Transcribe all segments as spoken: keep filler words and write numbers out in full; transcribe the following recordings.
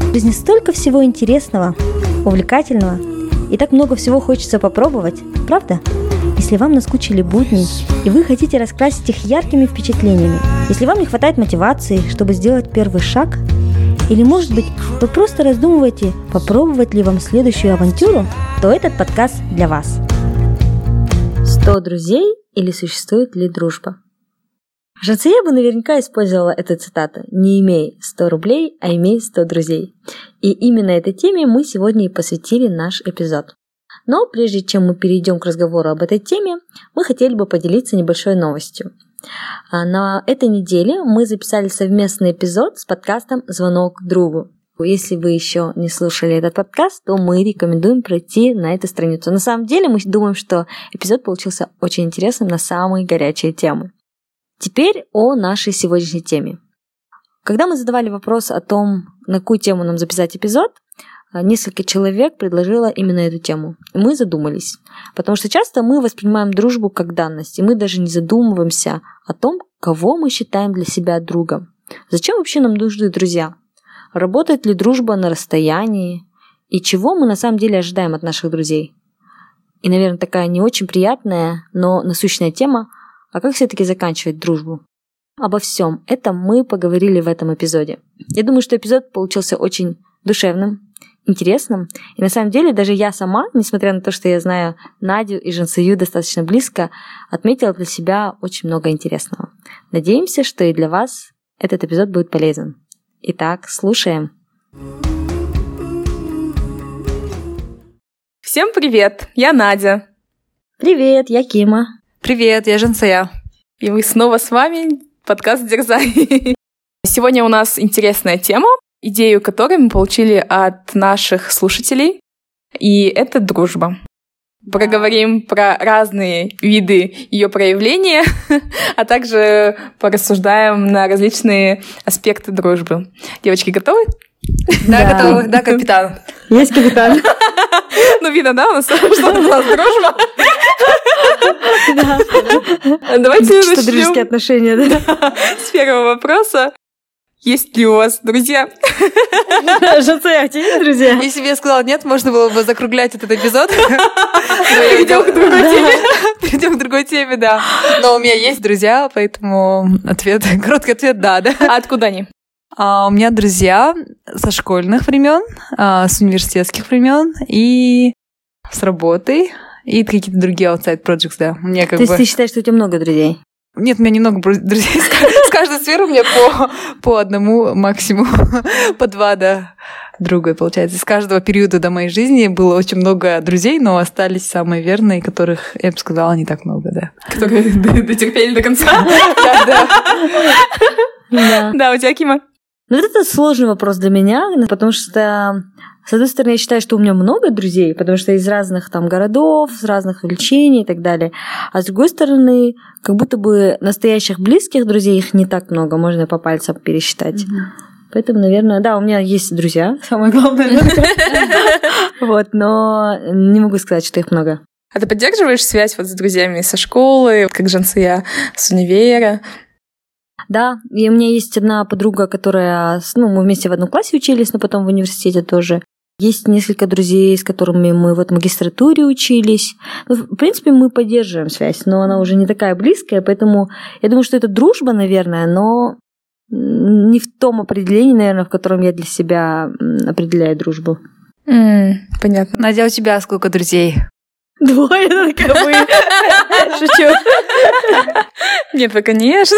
В жизни столько всего интересного, увлекательного, и так много всего хочется попробовать, правда? Если вам наскучили будни, и вы хотите раскрасить их яркими впечатлениями, если вам не хватает мотивации, чтобы сделать первый шаг, или, может быть, вы просто раздумываете, попробовать ли вам следующую авантюру, то этот подкаст для вас. сто друзей или существует ли дружба? Жансая бы наверняка использовала эту цитату: «Не имей сто рублей, а имей сто друзей». И именно этой теме мы сегодня и посвятили наш эпизод. Но прежде чем мы перейдем к разговору об этой теме, мы хотели бы поделиться небольшой новостью. На этой неделе мы записали совместный эпизод с подкастом «Звонок другу». Если вы еще не слушали этот подкаст, то мы рекомендуем пройти на эту страницу. На самом деле мы думаем, что эпизод получился очень интересным на самые горячие темы. Теперь о нашей сегодняшней теме. Когда мы задавали вопрос о том, на какую тему нам записать эпизод, несколько человек предложило именно эту тему. И мы задумались. Потому что часто мы воспринимаем дружбу как данность, и мы даже не задумываемся о том, кого мы считаем для себя другом. Зачем вообще нам нужны друзья? Работает ли дружба на расстоянии? И чего мы на самом деле ожидаем от наших друзей? И, наверное, такая не очень приятная, но насущная тема: а как все-таки заканчивать дружбу? Обо всем этом мы поговорили в этом эпизоде. Я думаю, что эпизод получился очень душевным, интересным. И на самом деле даже я сама, несмотря на то, что я знаю Надю и Жансаю достаточно близко, отметила для себя очень много интересного. Надеемся, что и для вас этот эпизод будет полезен. Итак, слушаем. Всем привет, я Надя. Привет, я Кима. Привет, я Жансая. И мы снова с вами, подкаст «Дерзай». Сегодня у нас интересная тема, идею которой мы получили от наших слушателей, и это дружба. Проговорим про разные виды ее проявления, а также порассуждаем на различные аспекты дружбы. Девочки, готовы? Да, готовы. Да, капитан. Есть капитан. Ну, видно, да, у нас что у нас дружба. Давайте начнем. Что дружеские отношения, да? С первого вопроса. Есть ли у вас друзья? Жансая, у тебя есть друзья? Если бы я сказала нет, можно было бы закруглять этот эпизод. Перейдем к другой теме. Перейдем к другой теме, да. Но у меня есть друзья, поэтому ответ, короткий ответ да, да. А откуда они? А, у меня друзья со школьных времен, а, с университетских времен и с работы, и какие-то другие outside projects, да. У меня как То бы... есть ты считаешь, что у тебя много друзей? Нет, у меня немного друзей. С каждой сферы у меня по, по одному максимум, по два, да, друга, получается. С каждого периода до моей жизни было очень много друзей, но остались самые верные, которых, я бы сказала, не так много, да. Которые дотерпели до конца. Да. Да, у тебя, Кима? Ну, это сложный вопрос для меня, потому что, с одной стороны, я считаю, что у меня много друзей, потому что из разных там городов, с разных увлечений и так далее. А с другой стороны, как будто бы настоящих близких друзей их не так много, можно по пальцам пересчитать. Mm-hmm. Поэтому, наверное, да, у меня есть друзья, самое главное. Вот, но не могу сказать, что их много. А ты поддерживаешь связь вот с друзьями со школы, как Жансая, с универа? Да, и у меня есть одна подруга, которая, ну, мы вместе в одном классе учились, но потом в университете тоже. Есть несколько друзей, с которыми мы вот в магистратуре учились. Ну, в принципе, мы поддерживаем связь, но она уже не такая близкая, поэтому я думаю, что это дружба, наверное, но не в том определении, наверное, в котором я для себя определяю дружбу. Mm, понятно. Надя, у тебя сколько друзей? Двое, как бы. Шучу. Нет, вы, конечно.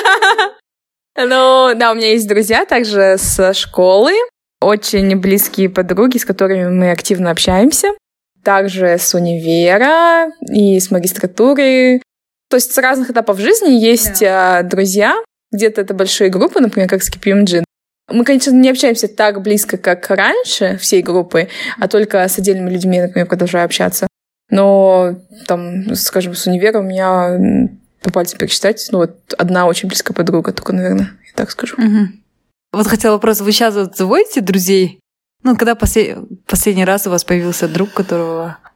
Ну, да, у меня есть друзья также с школы, очень близкие подруги, с которыми мы активно общаемся. Также с универа и с магистратуры. То есть с разных этапов жизни есть да. друзья. Где-то это большие группы, например, как с кей пи эм джи. Мы, конечно, не общаемся так близко, как раньше, всей группой, а только с отдельными людьми, например, продолжаю общаться. Но там, скажем, с универа у меня по пальцам пересчитать, ну вот одна очень близкая подруга, только, наверное, я так скажу. Угу. Вот хотела вопрос, вы сейчас вот заводите друзей? Ну, когда послед... последний раз у вас появился друг, которого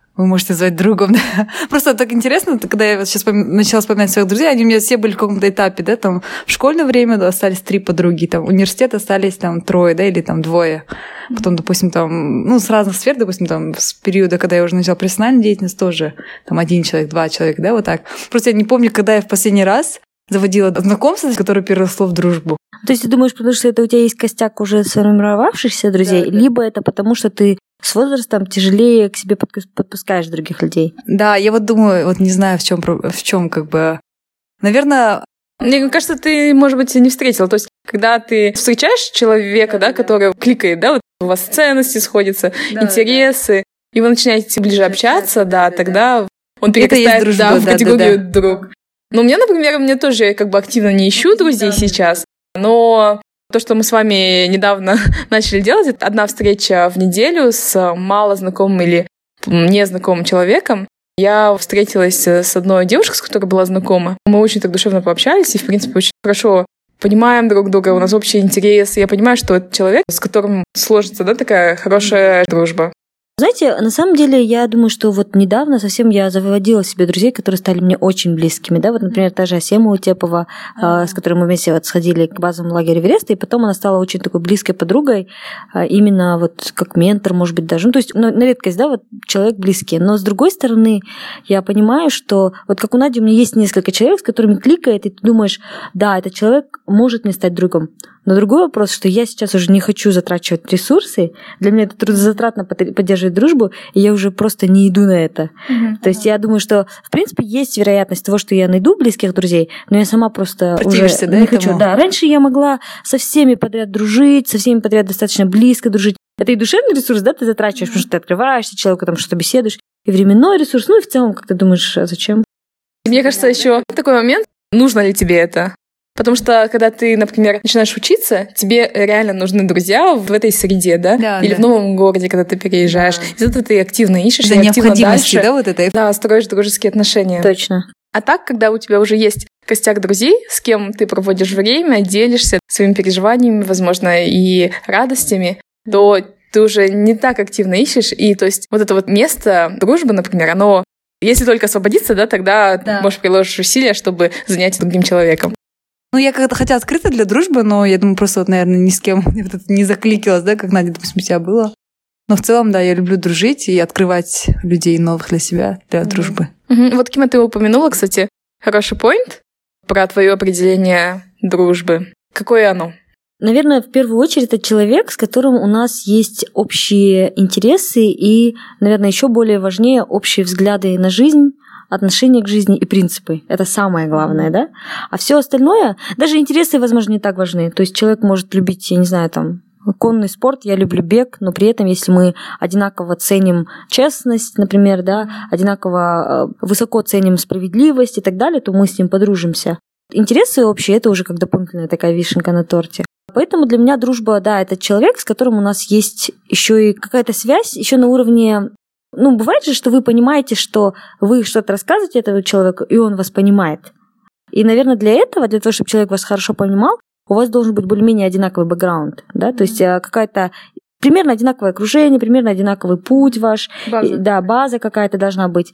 вы можете назвать другом, да. Просто так интересно, когда я вот сейчас начала вспоминать своих друзей, они у меня все были в каком-то этапе, да, там в школьное время да, остались три подруги, там университет остались там трое, да, или там двое. Потом, допустим, там, ну, с разных сфер, допустим, там, с периода, когда я уже начала профессиональную деятельность, тоже там один человек, два человека, да, вот так. Просто я не помню, когда я в последний раз заводила знакомство, которое переросло в дружбу. То есть ты думаешь, потому что это у тебя есть костяк уже сформировавшихся друзей, да, да. Либо это потому, что ты с возрастом тяжелее к себе подпускаешь других людей? Да, я вот думаю, вот не знаю, в чем, в чем как бы... Наверное... Мне кажется, ты, может быть, не встретила. То есть, когда ты встречаешь человека, да, да, который кликает, да, вот у вас ценности сходятся, да, интересы, да. И вы начинаете ближе общаться, да, да, тогда да. Он перерастает дружба, да, в да, категорию да, да. друг. Но у меня, например, у меня тоже я как бы активно не ищу друзей да, сейчас, но... То, что мы с вами недавно начали делать, это одна встреча в неделю с малознакомым или незнакомым человеком. Я встретилась с одной девушкой, с которой была знакома. Мы очень так душевно пообщались и, в принципе, очень хорошо понимаем друг друга, у нас общие интересы. Я понимаю, что это человек, с которым сложится, да, такая хорошая дружба. Знаете, на самом деле, я думаю, что вот недавно совсем я заводила себе друзей, которые стали мне очень близкими, да, вот, например, та же Асема Утепова, mm-hmm. с которой мы вместе вот сходили к базовому лагерю Эвереста, и потом она стала очень такой близкой подругой, именно вот как ментор, может быть, даже, ну, то есть на редкость, да, вот человек близкий, но с другой стороны, я понимаю, что вот как у Нади у меня есть несколько человек, с которыми кликает, и ты думаешь, да, этот человек может мне стать другом, но другой вопрос, что я сейчас уже не хочу затрачивать ресурсы, для меня это трудозатратно поддерживать дружбу, и я уже просто не иду на это. Uh-huh. То есть я думаю, что, в принципе, есть вероятность того, что я найду близких друзей, но я сама просто Противишься, уже да, не этому? хочу. Да, раньше я могла со всеми подряд дружить, со всеми подряд достаточно близко дружить. Это и душевный ресурс, да, ты затрачиваешь, uh-huh. потому что ты открываешься человеку, там что-то беседуешь, и временной ресурс, ну и в целом, как ты думаешь, зачем? Мне кажется, еще такой момент, нужно ли тебе это? Потому что, когда ты, например, начинаешь учиться, тебе реально нужны друзья в этой среде, да? да Или да. в новом городе, когда ты переезжаешь. Да. Из-за этого ты активно ищешь, за и активно дальше. Да, вот это? Да, строишь дружеские отношения. Точно. А так, когда у тебя уже есть костяк друзей, с кем ты проводишь время, делишься своими переживаниями, возможно, и радостями, то ты уже не так активно ищешь. И то есть вот это вот место дружбы, например, оно, если только освободиться, да, тогда да. можешь приложить усилия, чтобы заняться другим человеком. Ну, я как-то хотя открыта для дружбы, но я думаю, просто вот, наверное, ни с кем не закликилась, да, как Надя, допустим, у тебя было. Но в целом, да, я люблю дружить и открывать людей новых для себя, для mm-hmm. дружбы. Mm-hmm. Вот, Кима, ты упомянула, кстати, хороший поинт про твое определение дружбы. Какое оно? Наверное, в первую очередь это человек, с которым у нас есть общие интересы и, наверное, еще более важнее, общие взгляды на жизнь, отношение к жизни и принципы. Это самое главное, да? А все остальное, даже интересы, возможно, не так важны. То есть человек может любить, я не знаю, там, конный спорт, я люблю бег, но при этом, если мы одинаково ценим честность, например, да, одинаково высоко ценим справедливость и так далее, то мы с ним подружимся. Интересы общие — это уже как дополнительная такая вишенка на торте. Поэтому для меня дружба, да, это человек, с которым у нас есть еще и какая-то связь, еще на уровне... Ну, бывает же, что вы понимаете, что вы что-то рассказываете этому человеку, и он вас понимает. И, наверное, для этого, для того, чтобы человек вас хорошо понимал, у вас должен быть более-менее одинаковый бэкграунд, да, то есть какая-то примерно одинаковое окружение, примерно одинаковый путь ваш, база. Да, база какая-то должна быть.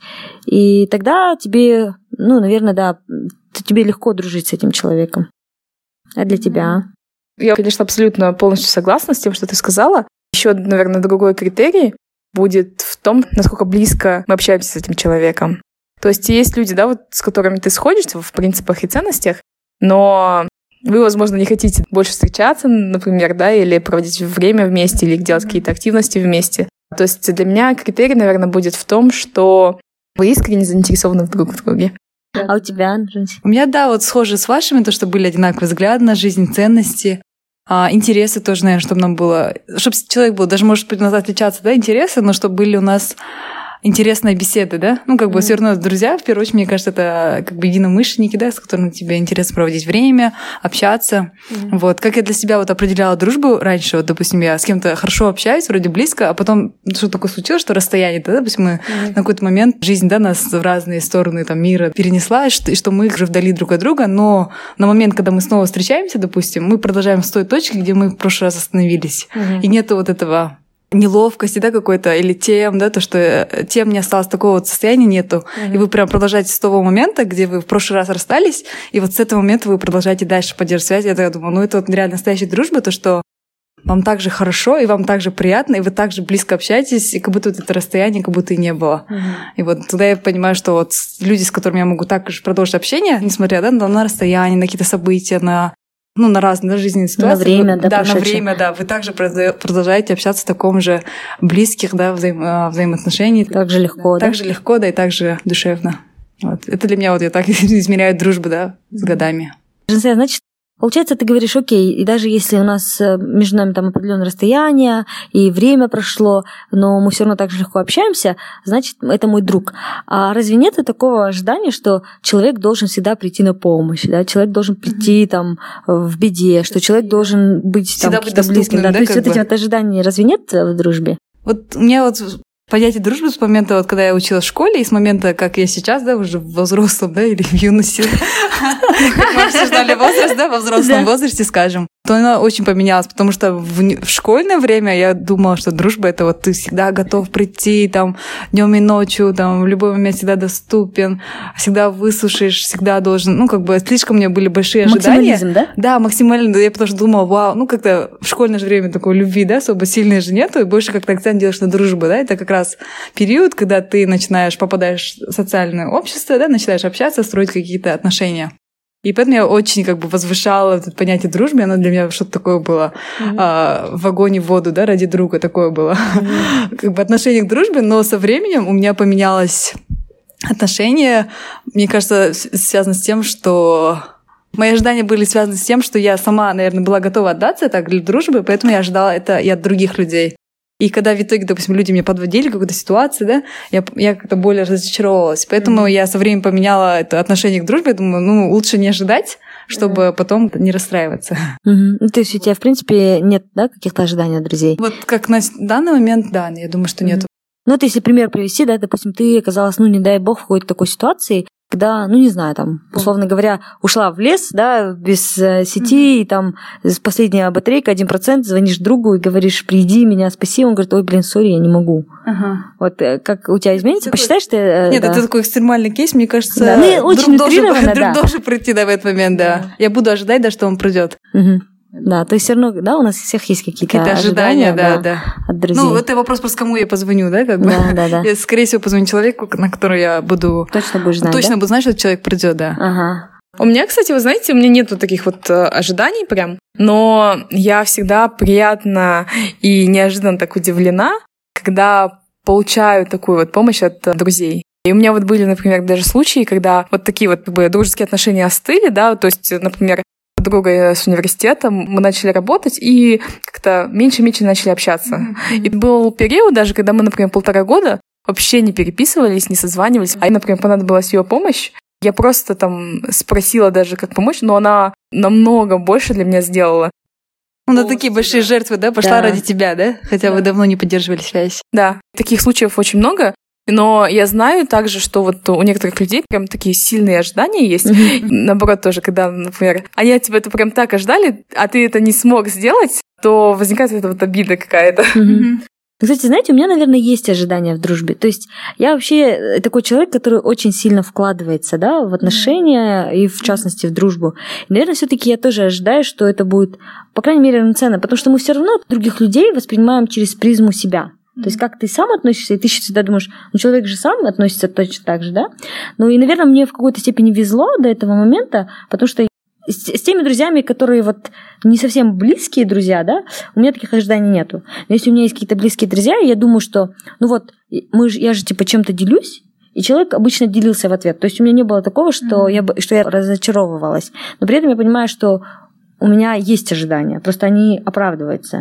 И тогда тебе, ну, наверное, да, тебе легко дружить с этим человеком. А для тебя? Я, конечно, абсолютно полностью согласна с тем, что ты сказала. Еще, наверное, другой критерий будет в том, насколько близко мы общаемся с этим человеком. То есть есть люди, да, вот с которыми ты сходишься в принципах и ценностях, но вы, возможно, не хотите больше встречаться, например, да, или проводить время вместе, или делать какие-то активности вместе. То есть для меня критерий, наверное, будет в том, что вы искренне заинтересованы друг в друге. А у тебя, Жень? У меня, да, вот схоже с вашими, то, что были одинаковые взгляды на жизнь, ценности, а, интересы тоже, наверное, чтобы нам было... Чтобы человек был, даже, может быть, у нас отличаться, да, интересы, но чтобы были у нас интересные беседы, да? Ну, как бы mm-hmm. все равно друзья, в первую очередь, мне кажется, это как бы единомышленники, да, с которыми тебе интересно проводить время, общаться. Mm-hmm. Вот. Как я для себя вот определяла дружбу раньше, вот, допустим, я с кем-то хорошо общаюсь, вроде близко, а потом что такое случилось, что расстояние, да, допустим, мы mm-hmm. на какой-то момент жизнь, да, нас в разные стороны там, мира перенесла, и что, и что мы уже вдали друг от друга, но на момент, когда мы снова встречаемся, допустим, мы продолжаем с той точки, где мы в прошлый раз остановились. Mm-hmm. И нету вот этого... неловкости, да, какой-то, или тем, да, то, что тем не осталось, такого вот состояния нету. Mm-hmm. И вы прям продолжаете с того момента, где вы в прошлый раз расстались, и вот с этого момента вы продолжаете дальше поддерживать связь. Я думаю, ну это вот реально настоящая дружба, то, что вам так же хорошо, и вам так же приятно, и вы так же близко общаетесь, и как будто вот это расстояние как будто и не было. Mm-hmm. И вот тогда я понимаю, что вот люди, с которыми я могу так же продолжить общение, несмотря, да, на расстояние, на какие-то события, на ну, на разные да, жизненные ситуации. На время, да, Да, прошедшее. на время, да. Вы также продолжаете общаться в таком же близких, да, взаим- взаимоотношениях. Так же легко, да? Так же легко, да, и так же душевно. Вот. Это для меня вот я так измеряю дружбу, да, с годами. Женсея, значит, получается, ты говоришь, окей, и даже если у нас между нами там определенное расстояние, и время прошло, но мы все равно так же легко общаемся, значит, это мой друг. А разве нет такого ожидания, что человек должен всегда прийти на помощь, да? Человек должен прийти mm-hmm. там в беде, что человек должен быть всегда там каким-то близким. Да? Да, То есть вот бы. эти вот ожидания разве нет в дружбе? Вот у меня вот понятие дружбы с момента, вот, когда я училась в школе, и с момента, как я сейчас, да, уже в взрослом, да, или в юности, как мы обсуждали возраст, да, во взрослом возрасте, скажем, то она очень поменялась, потому что в, в школьное время я думала, что дружба — это вот ты всегда готов прийти там днем и ночью, там в любой момент всегда доступен, всегда выслушаешь, всегда должен, ну, как бы слишком у меня были большие ожидания. Максимализм, да? Да, максимально. Я потому что думала, вау, ну, как-то в школьное же время такой любви, да, особо сильной же нету, и больше как-то акцент делаешь на дружбу, да, это как раз период, когда ты начинаешь, попадаешь в социальное общество, да, начинаешь общаться, строить какие-то отношения. И поэтому я очень как бы возвышала это понятие дружбы, оно для меня что-то такое было mm-hmm. а, в огонь и в воду, да, ради друга такое было. Mm-hmm. Как бы отношение к дружбе, но со временем у меня поменялось отношение, мне кажется, связано с тем, что мои ожидания были связаны с тем, что я сама, наверное, была готова отдаться так для дружбы, поэтому я ожидала это и от других людей. И когда в итоге, допустим, люди меня подводили в какой-то ситуации, да, я, я как-то более разочаровалась. Поэтому mm-hmm. я со временем поменяла это отношение к дружбе. Я думаю, ну, лучше не ожидать, чтобы mm-hmm. потом не расстраиваться. Mm-hmm. Ну, то есть у тебя, в принципе, нет, да, каких-то ожиданий от друзей? Вот как на данный момент, да, я думаю, что нет. Mm-hmm. Ну, вот если пример привести, да, допустим, ты оказалась, ну, не дай бог, в какой-то такой ситуации, когда, ну, не знаю, там, условно говоря, ушла в лес, да, без э, сети, mm-hmm. и там с последняя батарейка, один процент, звонишь другу и говоришь, приди, меня спаси, он говорит, ой, блин, сори, я не могу. Uh-huh. Вот э, как у тебя изменится? Такой... Посчитаешь ты? Э, Нет, да. это такой экстремальный кейс, мне кажется, да. ну, очень друг, должен, да. друг должен прийти, да, в этот момент, да. Yeah. Я буду ожидать, да, что он придет. Uh-huh. Да, то есть все равно, да, у нас у всех есть какие-то, какие-то ожидания, ожидания да, да, от друзей. Ну, это вопрос просто, кому я позвоню, да, как бы. Да, да, да. Я, скорее всего, позвоню человеку, на который я буду... Точно будешь знать, Точно да? буду знать, что этот человек придет, да. Ага. У меня, кстати, вы знаете, у меня нету таких вот ожиданий прям, но я всегда приятно и неожиданно так удивлена, когда получаю такую вот помощь от друзей. И у меня вот были, например, даже случаи, когда вот такие вот как бы дружеские отношения остыли, да, то есть, например, подругой с университета мы начали работать и как-то меньше-меньше начали общаться. Mm-hmm. И был период даже, когда мы, например, полтора года вообще не переписывались, не созванивались, а ей, например, понадобилась ее помощь. Я просто там спросила даже, как помочь, но она намного больше для меня сделала. Ну, на такие большие жертвы, да, пошла да. ради тебя, да? Хотя да. вы давно не поддерживали связь. Да, таких случаев очень много. Но я знаю также, что вот у некоторых людей прям такие сильные ожидания есть. Mm-hmm. Наоборот, тоже, когда, например, они от тебя это прям так ожидали, а ты это не смог сделать, то возникает эта вот обида какая-то. Mm-hmm. Кстати, знаете, у меня, наверное, есть ожидания в дружбе. То есть я вообще такой человек, который очень сильно вкладывается, да, в отношения и, в частности, в дружбу. И, наверное, все-таки я тоже ожидаю, что это будет, по крайней мере, равноценно, потому что мы все равно других людей воспринимаем через призму себя. То есть как ты сам относишься, и ты всегда думаешь, ну, человек же сам относится точно так же, да? Ну, и, наверное, мне в какой-то степени везло до этого момента, потому что с, с теми друзьями, которые вот не совсем близкие друзья, да, у меня таких ожиданий нету. Но если у меня есть какие-то близкие друзья, я думаю, что, ну вот, мы же, я же типа чем-то делюсь, и человек обычно делился в ответ. То есть у меня не было такого, что, mm-hmm. я, что я разочаровывалась. Но при этом я понимаю, что у меня есть ожидания, просто они оправдываются.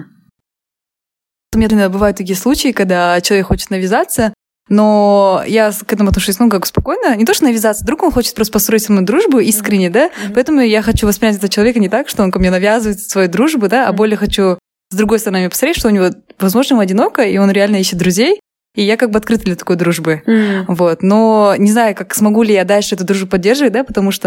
У меня иногда бывают такие случаи, когда человек хочет навязаться, но я к этому отношусь, ну, как спокойно. Не то, что навязаться, вдруг он хочет просто построить со мной дружбу искренне, mm-hmm. да? Mm-hmm. Поэтому я хочу воспринять этого человека не так, что он ко мне навязывает свою дружбу, да, а mm-hmm. более хочу с другой стороны посмотреть, что у него, возможно, ему одиноко, и он реально ищет друзей, и я как бы открыта для такой дружбы. Mm-hmm. Вот. Но не знаю, как смогу ли я дальше эту дружбу поддерживать, да, потому что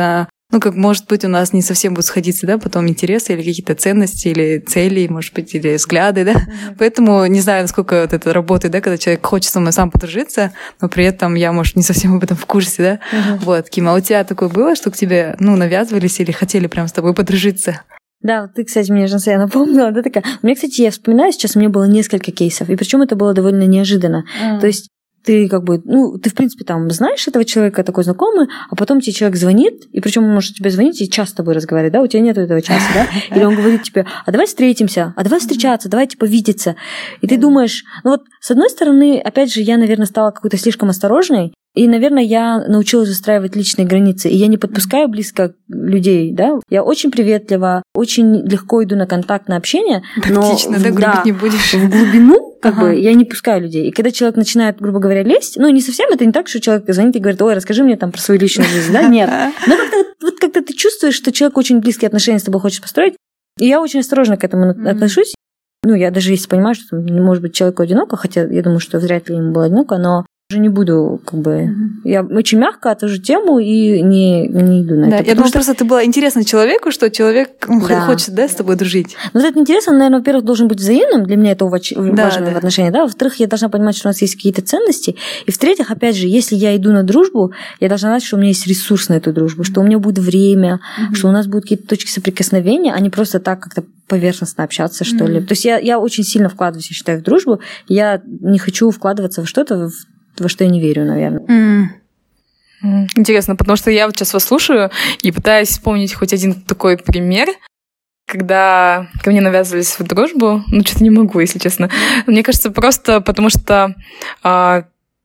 ну, как, может быть, у нас не совсем будут сходиться, да, потом интересы или какие-то ценности, или цели, может быть, или взгляды, да. Mm-hmm. Поэтому не знаю, насколько вот это работает, да, когда человек хочет со мной сам подружиться, но при этом я, может, не совсем об этом в курсе, да. Mm-hmm. Вот, Ким, а у тебя такое было, что к тебе, ну, навязывались или хотели прям с тобой подружиться? Да, ты, кстати, мне, Жансея, напомнила, да, такая. Мне, кстати, я вспоминаю, сейчас у меня было несколько кейсов, и причем это было довольно неожиданно. Mm. То есть ты как бы, ну, ты, в принципе, там знаешь этого человека, такой знакомый, а потом тебе человек звонит, и причем он может тебе звонить и час с тобой разговаривать, да, у тебя нет этого часа, да, или он говорит тебе, а давай встретимся, а давай встречаться, давай, типа, видеться. И ты думаешь, ну вот, с одной стороны, опять же, я, наверное, стала какой-то слишком осторожной, и, наверное, я научилась выстраивать личные границы, и я не подпускаю близко людей, да. Я очень приветлива, очень легко иду на контакт, на общение, но тактично, да, грубить не будешь. В глубину, как ага. бы, я не пускаю людей. И когда человек начинает, грубо говоря, лезть, ну, не совсем, это не так, что человек звонит и говорит, ой, расскажи мне там про свою личную жизнь, да, нет. Но как-то вот когда ты чувствуешь, что человек очень близкие отношения с тобой хочет построить, и я очень осторожно к этому mm-hmm. отношусь. Ну, я даже если понимаю, что, может быть, человеку одиноко, хотя я думаю, что вряд ли ему было одиноко, но уже не буду, как бы... Mm-hmm. Я очень мягко отвожу тему и не, не иду на да, это. Я думаю, что просто ты была интересна человеку, что человек да. хочет, да, с тобой дружить. Ну, это интересно, наверное, во-первых, должен быть взаимным. Для меня это важно да, в да. отношениях, да. Во-вторых, я должна понимать, что у нас есть какие-то ценности. И в-третьих, опять же, если я иду на дружбу, я должна знать, что у меня есть ресурс на эту дружбу, что у меня будет время, mm-hmm. что у нас будут какие-то точки соприкосновения, а не просто так как-то поверхностно общаться, что mm-hmm. ли. То есть я, я очень сильно вкладываюсь, я считаю, в дружбу. Я не хочу вкладываться в что-то, в во что я не верю, наверное. Mm. Интересно, потому что я вот сейчас вас слушаю и пытаюсь вспомнить хоть один такой пример, когда ко мне навязывались в дружбу. Ну, что-то не могу, если честно. Мне кажется, просто потому что а,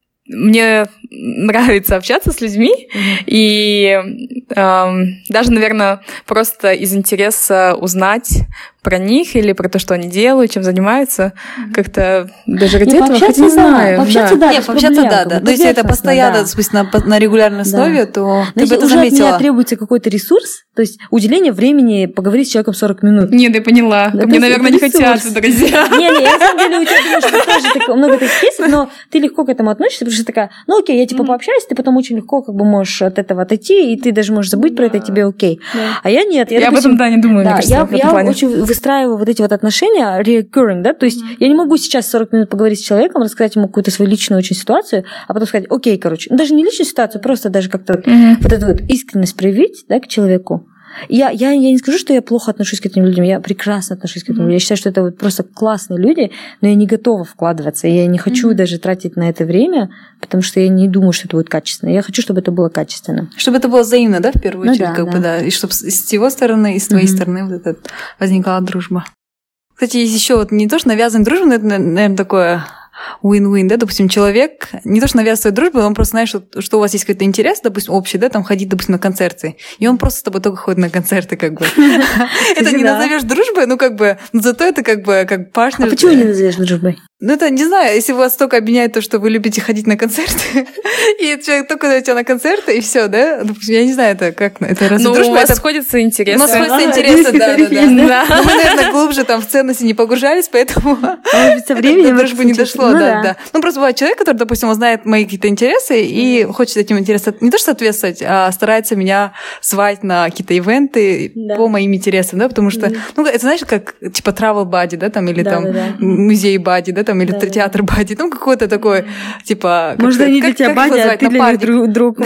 мне нравится общаться с людьми, mm-hmm. и а, даже, наверное, просто из интереса узнать про них или про то, что они делают, чем занимаются, mm-hmm. как-то даже ради этого, хотя не знаю. Пообщаться, да. Нет, пообщаться, да, да. Но если это постоянно, да. допустим, на, на регулярной основе, да. то но ты бы это уже заметила. От меня требуется какой-то ресурс, то есть уделение времени поговорить с человеком сорок минут. Нет, я поняла. Да, мне, наверное, не хотят, друзья. Не, не, я на самом деле у тебя думаю, что тоже так, много таких кейсов, но ты легко к этому относишься, потому что такая, ну окей, я типа mm-hmm. пообщаюсь, ты потом очень легко как бы можешь от этого отойти, и ты даже можешь забыть yeah. про это, тебе окей. Yeah. А я нет. Я, я об этом, да, не думаю, да, мне кажется, я, в этом я плане. очень выстраиваю вот эти вот отношения recurring, да, то есть mm-hmm. я не могу сейчас сорок минут поговорить с человеком, рассказать ему какую-то свою личную очень ситуацию, а потом сказать, окей, короче, ну, даже не личную ситуацию, просто даже как-то mm-hmm. вот эту вот искренность проявить, да, к человеку. Я, я, я не скажу, что я плохо отношусь к этим людям, я прекрасно отношусь к этим людям. Я считаю, что это вот просто классные люди, но я не готова вкладываться. Я не хочу mm-hmm. даже тратить на это время, потому что я не думаю, что это будет качественно. Я хочу, чтобы это было качественно. Чтобы это было взаимно, да, в первую ну, очередь, да, как да. бы, да. И чтобы с его стороны, и с твоей mm-hmm. стороны вот эта возникала дружба. Кстати, есть еще вот не то, что навязывать дружбу, но это, наверное, такое... win-win, да, допустим, человек не то, что навязывает дружбу, он просто знает, что, что у вас есть какой-то интерес, допустим, общий, да, там ходить, допустим, на концерты, и он просто с тобой только ходит на концерты, как бы. Это не назовешь дружбой, ну, как бы, но зато это как бы как партнер. А почему не назовешь дружбой? Ну, это, не знаю, если вас только объединяет то, что вы любите ходить на концерты, и человек только зовет тебя на концерты, и все, да? Я не знаю, это как, это разве дружба? Ну, у вас сходятся интересы. У нас сходятся интересы, да, да, да. Мы, наверное, глубже там в ценности не погружались, поэтому со временем до дружбы не дошло, да, да. Ну, просто бывает человек, который, допустим, он знает мои какие-то интересы и хочет этим интересам не то что соответствовать, а старается меня звать на какие-то ивенты по моим интересам, да, потому что, ну, это знаешь, как, типа, travel buddy, да, там, или там музей buddy, да, там, или театр бади, ну, какой-то такой, типа... Может, они для тебя бади, а ты для них друг.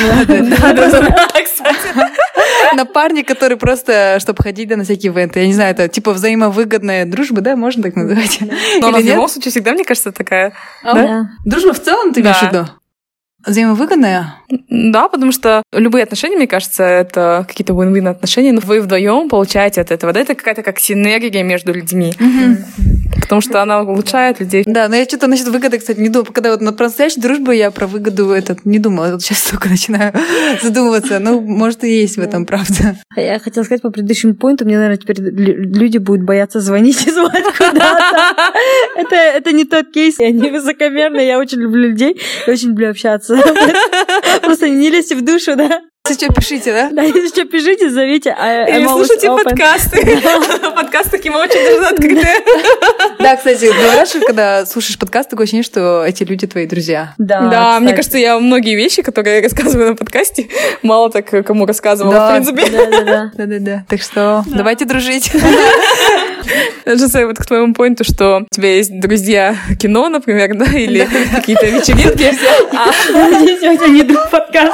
Напарник, который просто, чтобы ходить на всякие ивенты. Я не знаю, это типа взаимовыгодная дружба, да, можно так называть? Но она в любом случае всегда, мне кажется, такая... Дружба в целом, ты имеешь в виду? Взаимовыгодная? Да, потому что любые отношения, мне кажется, это какие-то win-win отношения, но вы вдвоем получаете от этого. Да, это какая-то как синергия между людьми. Mm-hmm. Потому что она улучшает людей. Да, но я что-то насчет выгоды, кстати, не думала. Когда вот на настоящей дружбе я про выгоду этот не думала. Вот сейчас только начинаю задумываться. Ну, может, и есть в этом правда. Я хотела сказать по предыдущему поинту, мне, наверное, теперь люди будут бояться звонить и звать куда-то. Это, это не тот кейс. Я не высокомерная, я очень люблю людей, очень люблю общаться. Просто не лезьте в душу, да? Если что, пишите, да? Да, если что, пишите, зовите. Или слушайте подкасты. Подкасты такие очень даже открытые. Да, кстати, говорят, что когда слушаешь подкаст, такое ощущение, что эти люди твои друзья. Да, да, мне кажется, я многие вещи, которые я рассказываю на подкасте, мало так кому рассказывала, да, в принципе. Да-да-да. Да-да-да. Так что да. Давайте дружить. Жеса, вот к твоему поинту, что у тебя есть друзья кино, например, да, или да. какие-то вечеринки. Надеюсь, у тебя не друг подкаст.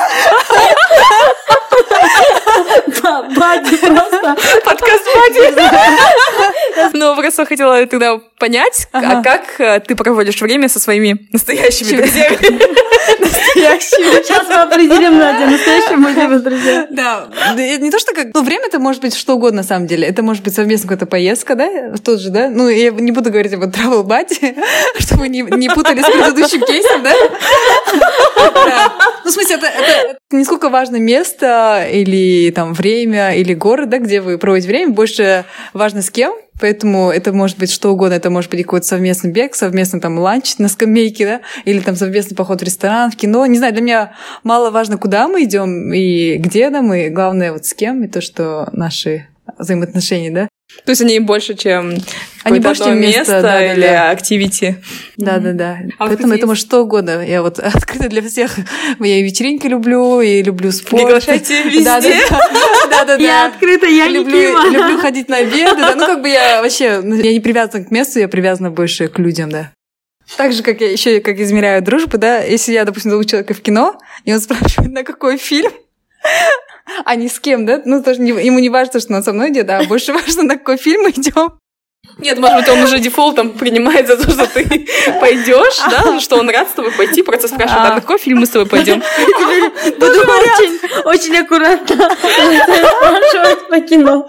Бади просто. Подкаст Бади. Ну, просто хотела тогда понять, а как ты проводишь время со своими настоящими друзьями? Настоящими. Сейчас мы определим, Надя, настоящие мы либо друзья. Да. Не то, что как... Ну, время-то может быть что угодно, на самом деле. Это может быть совместная какая-то поездка, да? Тот же, да? Ну, я не буду говорить об travel buddy, чтобы не, не путали с предыдущим кейсом, да? Да. Ну, в смысле, это, это не сколько важно место или там время, или город, да, где вы проводите время, больше важно с кем. Поэтому это может быть что угодно. Это может быть какой-то совместный бег, совместный там ланч на скамейке, да, или там совместный поход в ресторан, в кино. Не знаю, для меня мало важно, куда мы идем и где да, мы, главное вот с кем, и то, что наши взаимоотношения, да. То есть они больше, чем они больше, чем место, место да, или да, активити. Да, да, да. А Поэтому это может что угодно. Я вот открыта для всех. Я и вечеринки люблю, и люблю спорт. Приглашайте везде. Да, да, да. Я открыта, я не люблю, люблю ходить на обеды. Да. Ну, как бы я вообще, я не привязана к месту, я привязана больше к людям, да. Так же, как я еще как измеряю дружбу, да. Если я, допустим, зову человека в кино, и он спрашивает, на какой фильм, а не с кем, да? Ну, тоже не, ему не важно, что он со мной идет, а больше важно, на какой фильм мы идем. Нет, может быть, он уже дефолтом принимает за то, что ты пойдешь, да, что он рад с тобой пойти, просто спрашивает, а на какой фильм мы с тобой пойдем? Буду очень, очень аккуратно спрашивать по кино.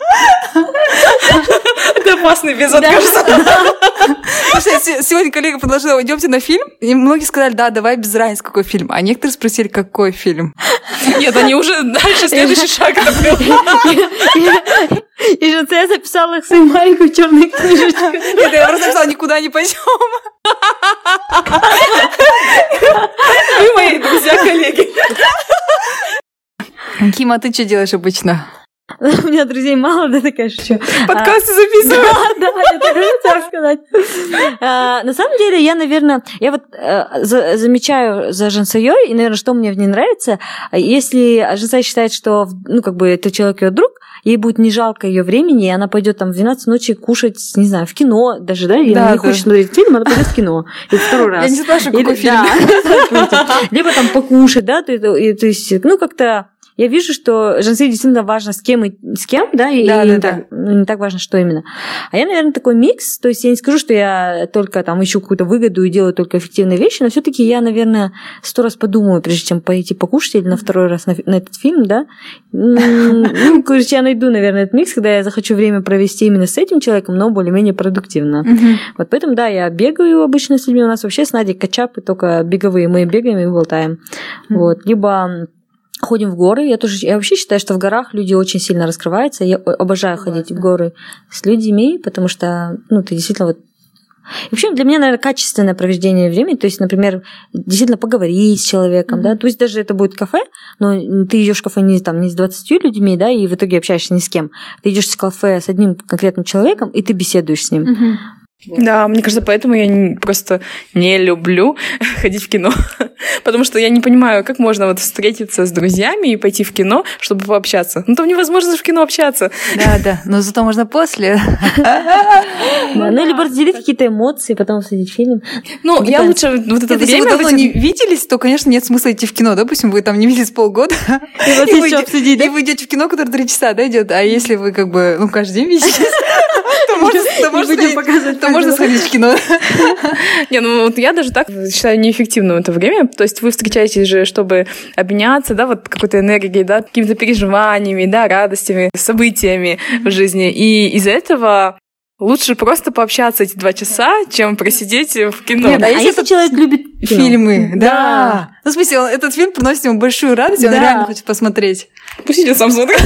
Это опасный эпизод, кажется. Сегодня коллега предложила, идемте на фильм, и многие сказали, да, давай без разницы, какой фильм. А некоторые спросили, какой фильм. Нет, они уже дальше следующий шаг. И же я записала их свою маленькую черную книжечку. Нет, я просто написала, никуда не пойдем. Вы мои друзья-коллеги. Кима, ты что делаешь обычно? У меня друзей мало, да, такая шучу. Подкасты записываю. Да, да, я так хотела сказать. А, на самом деле, я, наверное, я вот а, за, замечаю за Жансайой, и, наверное, что мне в ней нравится, если Жансай считает, что, ну, как бы, это человек ее друг, ей будет не жалко ее времени, и она пойдет там в двенадцать ночи кушать, не знаю, в кино даже, да, или да, она не да. хочет смотреть фильм, она пойдет в кино. И второй раз. Я не спрашиваю, какой или, фильм. Да, либо там покушать, да, то, и, то есть, ну, как-то я вижу, что Жансей действительно важно с кем и с кем, да, и, да, и да, не, да. Так, ну, не так важно, что именно. А я, наверное, такой микс, то есть я не скажу, что я только там ищу какую-то выгоду и делаю только эффективные вещи, но все-таки я, наверное, сто раз подумаю, прежде чем пойти покушать или на второй раз на, на этот фильм, да. Ну, короче, я найду, наверное, этот микс, когда я захочу время провести именно с этим человеком, но более-менее продуктивно. Вот поэтому, да, я бегаю обычно с людьми, у нас вообще с Надей качапы только беговые, мы бегаем и болтаем. Вот. Либо ходим в горы. Я тоже, я вообще считаю, что в горах люди очень сильно раскрываются. Я обожаю Согласна. ходить в горы с людьми, потому что, ну, ты действительно вот. И вообще для меня, наверное, качественное проведение времени, то есть, например, действительно поговорить с человеком, mm-hmm. да, то есть даже это будет кафе, но ты идешь в кафе не там не с двадцатью людьми, да, и в итоге общаешься ни с кем. Ты идешь в кафе с одним конкретным человеком, и ты беседуешь с ним. Mm-hmm. Да, мне кажется, поэтому я не, просто не люблю ходить в кино. Потому что я не понимаю, как можно вот встретиться с друзьями и пойти в кино, чтобы пообщаться. Ну, там невозможно в кино общаться. Да, да, но зато можно после. Ну, либо разделить какие-то эмоции, потом обсудить фильм. Ну, я лучше вот это время... Если вы давно не виделись, то, конечно, нет смысла идти в кино. Допустим, вы там не виделись полгода, и вы идете в кино, которое три часа, да, идет. А если вы как бы, ну, каждый день видитесь, то можно сходить в кино. Не, ну вот я даже так считаю неэффективным это время. То есть вы встречаетесь же, чтобы обменяться, да, вот какой-то энергией, да, какими-то переживаниями, да, радостями, событиями в жизни. И из-за этого лучше просто пообщаться эти два часа, чем просидеть в кино. Нет, а, а если этот человек любит фильмы, да. да. Ну, в смысле, он, этот фильм приносит ему большую радость, и он да. реально хочет посмотреть. Пусть идет сам смотрит.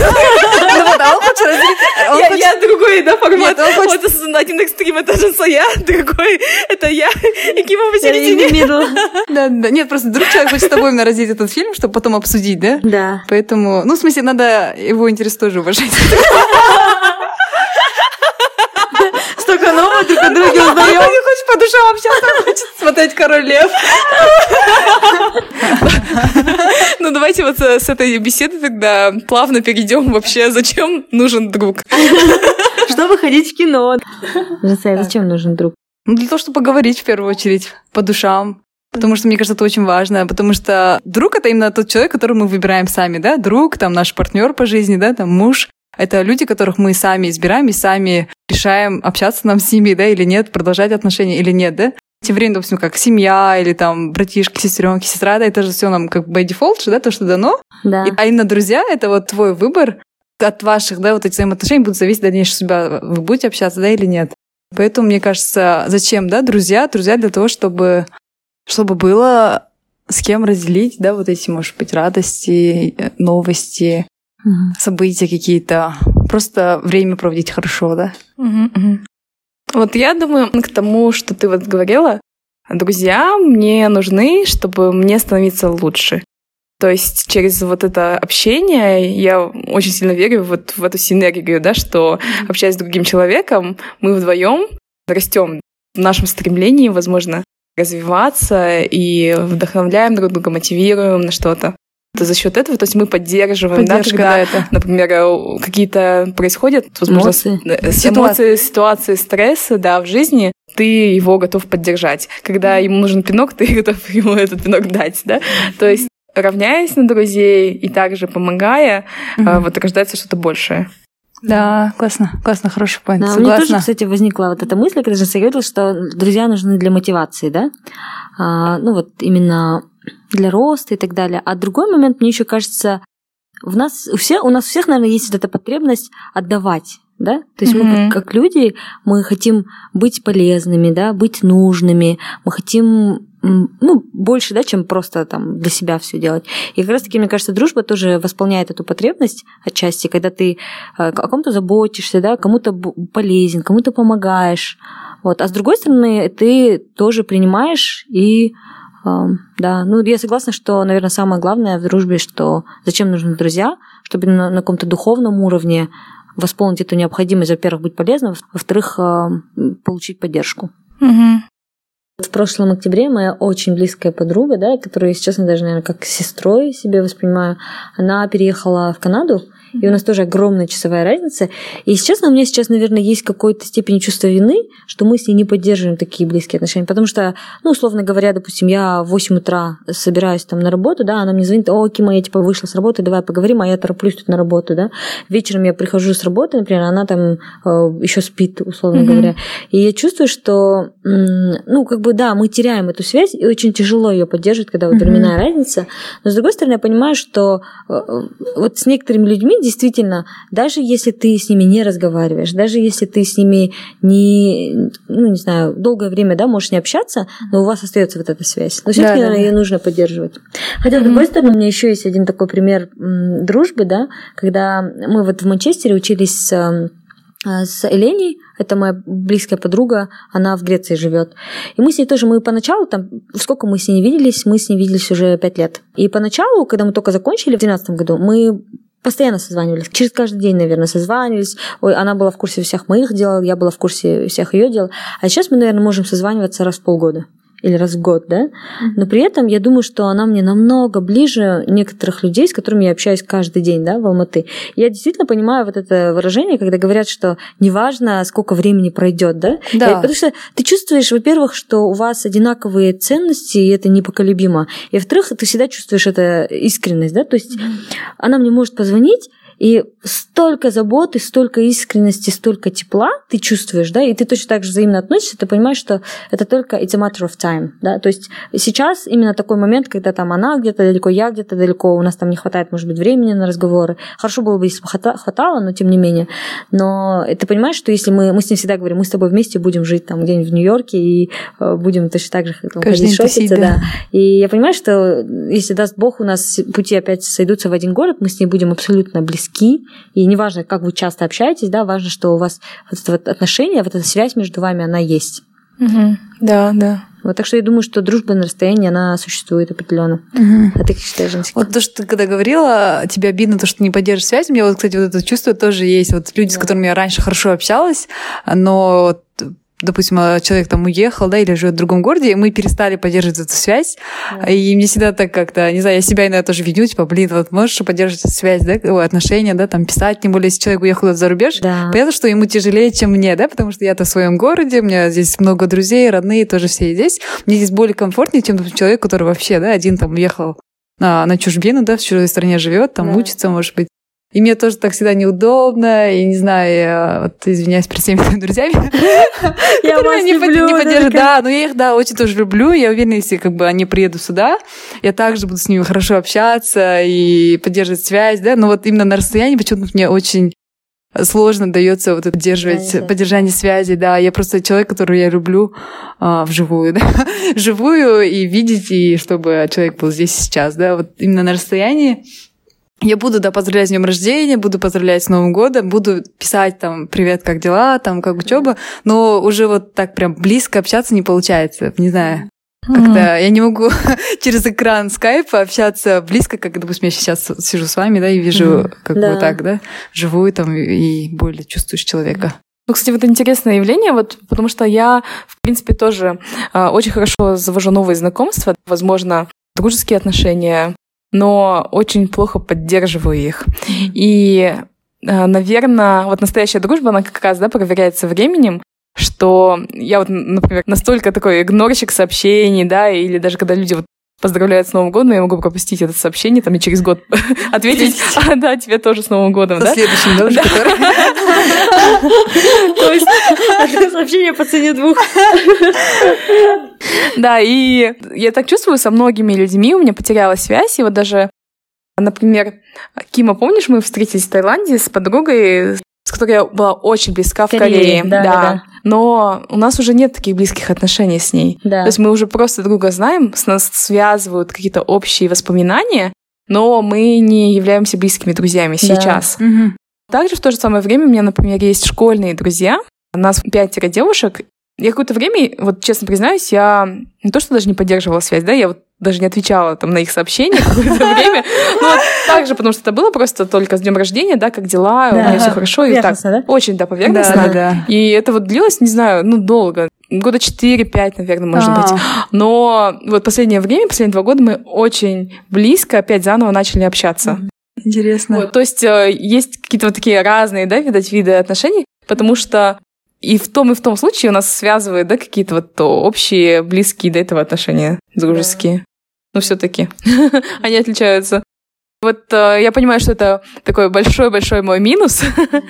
Я другой, да, формат. Вот один экстрим это Жансая, другой это я, и Кима посередине. Да, да. Нет, просто вдруг человек хочет с тобой именно разделить этот фильм, чтобы потом обсудить, да? Да. Поэтому, ну, в смысле, надо его интерес тоже уважать. Столько снова друг о друге узнаем. Не хочешь по душам общаться, хочет смотреть «Король Лев». Ну, давайте вот с этой беседы тогда плавно перейдем вообще, зачем нужен друг. Чтобы ходить в кино. Зачем нужен друг? Ну, для того, чтобы поговорить в первую очередь по душам. Потому что, мне кажется, это очень важно. Потому что друг — это именно тот человек, которого мы выбираем сами, да? Друг, там, наш партнер по жизни, да, там, муж. Это люди, которых мы сами избираем и сами решаем, общаться нам с ними, да, или нет, продолжать отношения или нет, да? Тем временем, допустим, как семья или там братишки, сестренки, сестра, да, это же все нам как by default, да, то, что дано. Да. И, а именно друзья — это вот твой выбор. От ваших, да, вот этих взаимоотношений будут зависеть дальнейшая судьба. Вы будете общаться, да, или нет. Поэтому, мне кажется, зачем, да, друзья? Друзья для того, чтобы, чтобы было с кем разделить, да, вот эти, может быть, радости, новости, mm-hmm. события какие-то. Просто время проводить хорошо, да. Mm-hmm. Вот я думаю, к тому, что ты вот говорила, друзья мне нужны, чтобы мне становиться лучше. То есть через вот это общение я очень сильно верю вот в эту синергию, да, что, общаясь с другим человеком, мы вдвоем растем в нашем стремлении, возможно, развиваться и вдохновляем друг друга, мотивируем на что-то. То за счет этого, то есть мы поддерживаем, да, когда, это. например, какие-то происходят, возможно, эмоции. эмоции, ситуации, стрессы, да, в жизни, ты его готов поддержать. Когда ему нужен пинок, ты готов ему этот пинок дать, да. То есть равняясь на друзей и также помогая, mm-hmm. вот рождается что-то большее. Да, классно, классно, хороший поинт. Да, у меня тоже, кстати, возникла вот эта мысль, когда же советовал, что друзья нужны для мотивации, да, а, ну вот именно для роста и так далее. А другой момент, мне еще кажется, в нас, у, всех, у нас у всех, наверное, есть вот эта потребность отдавать, да, то есть mm-hmm. мы как, как люди, мы хотим быть полезными, да, быть нужными, мы хотим, ну, больше, да, чем просто там для себя все делать. И как раз-таки, мне кажется, дружба тоже восполняет эту потребность отчасти, когда ты о ком-то заботишься, да, кому-то полезен, кому-то помогаешь, вот. А с другой стороны, ты тоже принимаешь и да, ну я согласна, что, наверное, самое главное в дружбе, что зачем нужны друзья, чтобы на, на каком-то духовном уровне восполнить эту необходимость, во-первых, быть полезным, во-вторых, получить поддержку. Угу. В прошлом октябре моя очень близкая подруга, да, которую я, если честно, даже, наверное, как сестрой себе воспринимаю, она переехала в Канаду, и у нас тоже огромная часовая разница. И, если честно, у меня сейчас, наверное, есть какой-то степень чувства вины, что мы с ней не поддерживаем такие близкие отношения. Потому что, ну, условно говоря, допустим, я в восемь утра собираюсь там на работу, да, она мне звонит: о, Кима, я типа вышла с работы, давай поговорим, а я тороплюсь тут на работу, да. Вечером я прихожу с работы, например, она там э, еще спит, условно mm-hmm. говоря. И я чувствую, что, ну, как бы, да, мы теряем эту связь, и очень тяжело ее поддерживать, когда вот временная mm-hmm. разница. Но, с другой стороны, я понимаю, что э, вот с некоторыми людьми действительно, даже если ты с ними не разговариваешь, даже если ты с ними не, ну, не знаю, долгое время, да, можешь не общаться, но у вас остается вот эта связь. Но все-таки, да, наверное, да. ее нужно поддерживать. Хотя, mm-hmm. с другой стороны, у меня еще есть один такой пример м, дружбы, да, когда мы вот в Манчестере учились с, с Эленей, это моя близкая подруга, она в Греции живет. И мы с ней тоже, мы поначалу, там, сколько мы с ней виделись, мы с ней виделись уже пять лет. И поначалу, когда мы только закончили в две тысячи двенадцатом году, мы постоянно созванивались. Через каждый день, наверное, созванивались. Ой, она была в курсе всех моих дел, я была в курсе всех ее дел. А сейчас мы, наверное, можем созваниваться раз в полгода. Или раз в год, да? Но при этом я думаю, что она мне намного ближе некоторых людей, с которыми я общаюсь каждый день, да, в Алматы. Я действительно понимаю вот это выражение, когда говорят, что неважно, сколько времени пройдет, да? Да. И, потому что ты чувствуешь, во-первых, что у вас одинаковые ценности, и это непоколебимо. И, во-вторых, ты всегда чувствуешь это искренность, да? То есть mm-hmm. она мне может позвонить, и столько заботы, столько искренности, столько тепла ты чувствуешь, да, и ты точно так же взаимно относишься, ты понимаешь, что это только it's a matter of time, да, то есть сейчас именно такой момент, когда там она где-то далеко, я где-то далеко, у нас там не хватает, может быть, времени на разговоры. Хорошо было бы, если бы хватало, но тем не менее. Но ты понимаешь, что если мы, мы с ней всегда говорим, мы с тобой вместе будем жить там где-нибудь в Нью-Йорке и будем точно так же там, ходить шопиться, да. да. И я понимаю, что если даст Бог, у нас пути опять сойдутся в один город, мы с ней будем абсолютно близки. И неважно, как вы часто общаетесь, да, важно, что у вас вот это вот отношение, вот эта связь между вами, она есть. Угу. Да, да. Вот, так что я думаю, что дружба на расстоянии, она существует определенно. Угу. А ты как считаешь, Женщина? Вот то, что ты когда говорила, тебе обидно, то, что не поддержишь связь, у меня вот, кстати, вот это чувство тоже есть. Вот люди, да. с которыми я раньше хорошо общалась, но допустим, человек там уехал, да, или живет в другом городе, и мы перестали поддерживать эту связь. Yeah. И мне всегда так как-то, не знаю, я себя иногда тоже виню, типа, блин, вот можешь поддерживать эту связь, да, отношения, да, там писать, тем более, если человек уехал за рубеж, yeah. понятно, что ему тяжелее, чем мне, да, потому что я-то в своем городе, у меня здесь много друзей, родные тоже все здесь. Мне здесь более комфортнее, чем человек, который вообще, да, один там уехал на, на чужбину, да, в чужой стране живет, там yeah. учится, может быть. И мне тоже так всегда неудобно, и не знаю, я, вот, извиняюсь перед всеми друзьями, которые не поддерживают. Да, но я их, да, очень тоже люблю. Я уверена, если как бы они приедут сюда, я также буду с ними хорошо общаться и поддерживать связь, да. Но вот именно на расстоянии почему-то мне очень сложно дается вот это поддерживать, поддержание связи, да. Я просто человек, которого я люблю а, вживую, да, вживую и видеть, и чтобы человек был здесь сейчас, да. Вот именно на расстоянии. Я буду, да, поздравлять с днем рождения, буду поздравлять с Новым годом, буду писать там «Привет, как дела?», там «Как учеба?», но уже вот так прям близко общаться не получается, не знаю. Как-то mm-hmm. я не могу через экран скайпа общаться близко, как, допустим, я сейчас сижу с вами, да, и вижу mm-hmm. как да. бы так, да, живую там и более чувствуешь человека. Ну, кстати, вот интересное явление, вот, потому что я, в принципе, тоже э, очень хорошо завожу новые знакомства, возможно, дружеские отношения, но очень плохо поддерживаю их. Mm-hmm. И, наверное, вот настоящая дружба, она как раз, да, проверяется временем, что я вот, например, настолько такой игнорщик сообщений, да, или даже когда люди вот поздравляют с Новым годом, я могу пропустить это сообщение, там, и через год ответить, а, да, тебе тоже с Новым годом, да? Следующим, да, уже, который... То есть сообщение по цене двух. Да, и я так чувствую со многими людьми, у меня потерялась связь, и вот даже, например, Кима, помнишь, мы встретились в Таиланде с подругой, с которой я была очень близка в Корее. Да, да. да. Но у нас уже нет таких близких отношений с ней. Да. То есть мы уже просто друга знаем, с нас связывают какие-то общие воспоминания, но мы не являемся близкими друзьями да. сейчас. Угу. Также в то же самое время у меня, например, есть школьные друзья. У нас пятеро девушек. Я какое-то время, вот честно признаюсь, я не то, что даже не поддерживала связь, да, я вот даже не отвечала там на их сообщения какое-то время. Ну, вот так же, потому что это было просто только с днем рождения, да, как дела, у меня все хорошо. И так очень, да, поверхностно. И это вот длилось, не знаю, ну, долго. Года четыре-пять, наверное, может быть. Но вот последнее время, последние два года мы очень близко опять заново начали общаться. Интересно. То есть есть какие-то вот такие разные, да, видать, виды отношений, потому что и в том, и в том случае у нас связывают, да, какие-то вот общие, близкие до этого отношения, дружеские. Да. Но все-таки они отличаются. Вот э, я понимаю, что это такой большой-большой мой минус.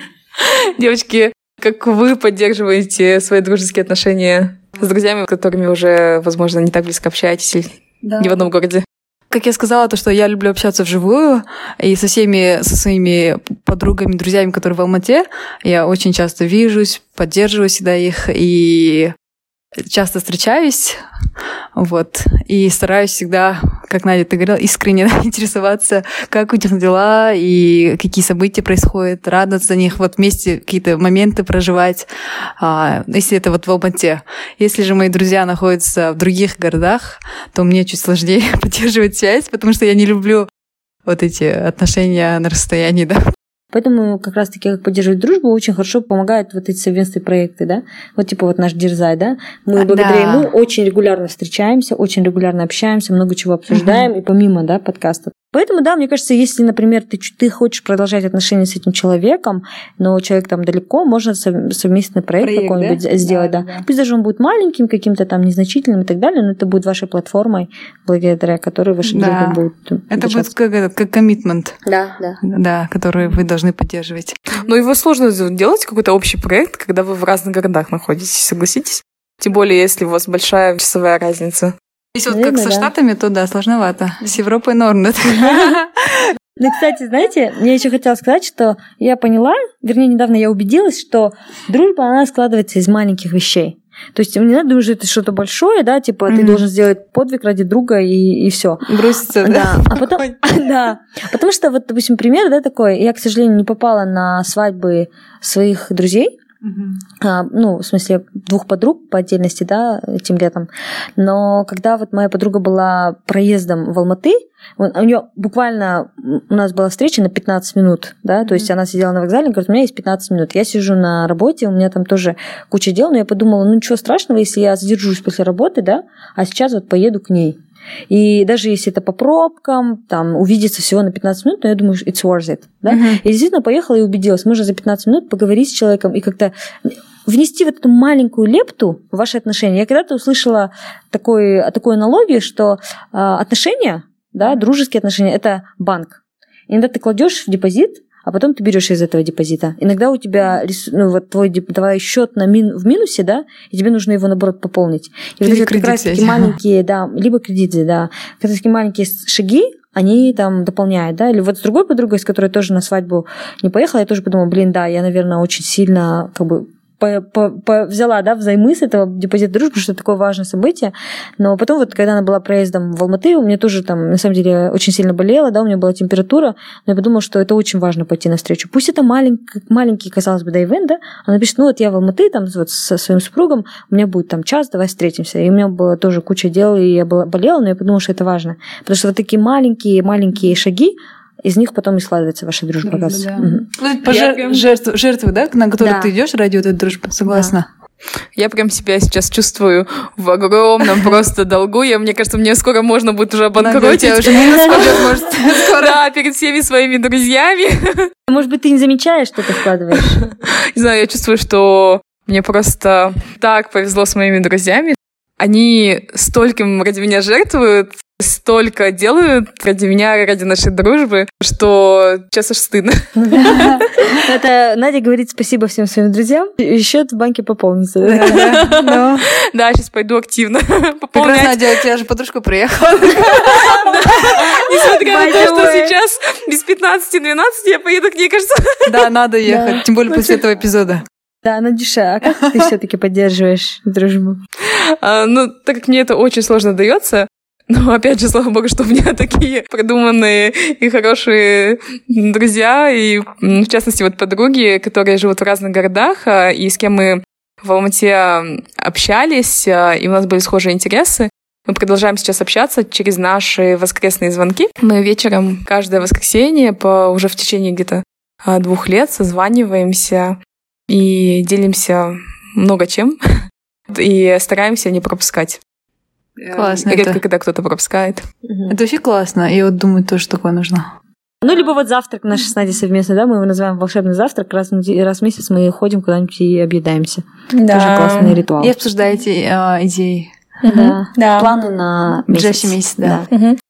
Девочки, как вы поддерживаете свои дружеские отношения с друзьями, с которыми уже, возможно, не так близко общаетесь, да. не в одном городе? Как я сказала, то, что я люблю общаться вживую, и со всеми, со своими подругами, друзьями, которые в Алмате, я очень часто вижусь, поддерживаю всегда их, и часто встречаюсь, вот, и стараюсь всегда, как Надя, ты говорила, искренне интересоваться, как у них дела и какие события происходят, радоваться за них, вот вместе какие-то моменты проживать, а, если это вот в Алмате. Если же мои друзья находятся в других городах, то мне чуть сложнее поддерживать связь, потому что я не люблю вот эти отношения на расстоянии, да. Поэтому как раз-таки как поддерживать дружбу очень хорошо помогают вот эти совместные проекты, да. Вот типа вот наш Дерзай, да. Мы благодаря да. ему очень регулярно встречаемся, очень регулярно общаемся, много чего обсуждаем, uh-huh. и помимо, да, подкастов. Поэтому, да, мне кажется, если, например, ты, ты хочешь продолжать отношения с этим человеком, но человек там далеко, можно совместный проект, проект какой-нибудь да? сделать, да, да. да. Пусть даже он будет маленьким, каким-то там незначительным и так далее, но это будет вашей платформой, благодаря которой ваши да. друзья будут это будет как, как коммитмент, да, да. да, который вы должны поддерживать. Но его сложно делать, какой-то общий проект, когда вы в разных городах находитесь, согласитесь? Тем более, если у вас большая часовая разница. Если вот как со да. Штатами, то да, сложновато. С Европой норм. Ну, кстати, знаете, я еще хотела сказать, что я поняла, вернее, недавно я убедилась, что дружба, она складывается из маленьких вещей. То есть не надо думать, что это что-то большое, да, типа mm-hmm. ты должен сделать подвиг ради друга и, и все. Броситься, да. да. А потом, да. Потому что, вот, допустим, пример, да, такой, я, к сожалению, не попала на свадьбы своих друзей, Uh-huh. А, ну, в смысле, двух подруг по отдельности, да, этим летом. Но когда вот моя подруга была проездом в Алматы, у нее буквально у нас была встреча на пятнадцать минут, да, то есть она сидела на вокзале и говорит, у меня есть пятнадцать минут. Я сижу на работе, у меня там тоже куча дел, но я подумала, ну ничего страшного, если я задержусь после работы, да, а сейчас вот поеду к ней. И даже если это по пробкам, там, увидеться всего на пятнадцать минут, но я думаю, it's worth it, да. Uh-huh. И действительно поехала и убедилась, можно за пятнадцать минут поговорить с человеком и как-то внести вот эту маленькую лепту в ваши отношения. Я когда-то услышала такой, такую аналогию, что э, отношения, да, дружеские отношения – это банк. Иногда ты кладешь в депозит, а потом ты берешь из этого депозита. Иногда у тебя ну, вот твой, твой счет на мин, в минусе, да, и тебе нужно его, наоборот, пополнить. И вот эти как раз такие маленькие, да, либо кредиты, да, как раз такие маленькие шаги, они там дополняют, да, или вот с другой подругой, с которой тоже на свадьбу не поехала, я тоже подумала, блин, да, я, наверное, очень сильно, как бы, По, по, по, взяла, да, взаймы с этого депозита дружбы, потому что это такое важное событие. Но потом вот, когда она была проездом в Алматы, у меня тоже там, на самом деле, очень сильно болело, да, у меня была температура, но я подумала, что это очень важно пойти навстречу. Пусть это маленький, маленький, казалось бы, да, ивент, да, она пишет, ну вот я в Алматы, там, вот со своим супругом, у меня будет там час, давай встретимся. И у меня было тоже куча дел, и я была, болела, но я подумала, что это важно. Потому что вот такие маленькие-маленькие шаги, из них потом и складывается ваша дружба. Да, да. Угу. Ну, по жер- жертвы, жертвы, да, на которые да. ты идешь ради этой дружбы, согласна. Да. Я прям себя сейчас чувствую в огромном просто долгу. Я, мне кажется, мне скоро можно будет уже обанкротить. Уже минус может скоро. Да, перед всеми своими друзьями. Может быть, ты не замечаешь, что ты вкладываешь? Не знаю, я чувствую, что мне просто так повезло с моими друзьями. Они стольким ради меня жертвуют, столько делают ради меня, ради нашей дружбы, что сейчас аж стыдно. Это Надя говорит спасибо всем своим друзьям, и счет в банке пополнится. Да, сейчас пойду активно пополнять. Как раз, Надя, у тебя же подружка приехала. Несмотря на то, что сейчас без пятнадцати двенадцати я поеду к ней, кажется. Да, надо ехать, тем более после этого эпизода. Да, Надюша, а как ты все-таки поддерживаешь дружбу? А, ну, так как мне это очень сложно дается, но опять же, слава богу, что у меня такие продуманные и хорошие друзья, и в частности вот подруги, которые живут в разных городах, и с кем мы в Алмате общались, и у нас были схожие интересы. Мы продолжаем сейчас общаться через наши воскресные звонки. Мы вечером каждое воскресенье по уже в течение где-то двух лет созваниваемся и делимся много чем, и стараемся не пропускать. Классно. Редко, это... когда кто-то пропускает. Угу. Это вообще классно, и вот думаю, тоже такое нужно. Ну, либо вот завтрак наш с Надей совместно, да, мы его называем волшебный завтрак, раз в, раз в месяц мы ходим куда-нибудь и объедаемся. Да. Тоже классный ритуал. И обсуждаете э, идеи. Угу. Да. Да. Планы на месяц. Ближайший месяц, да. да. Угу.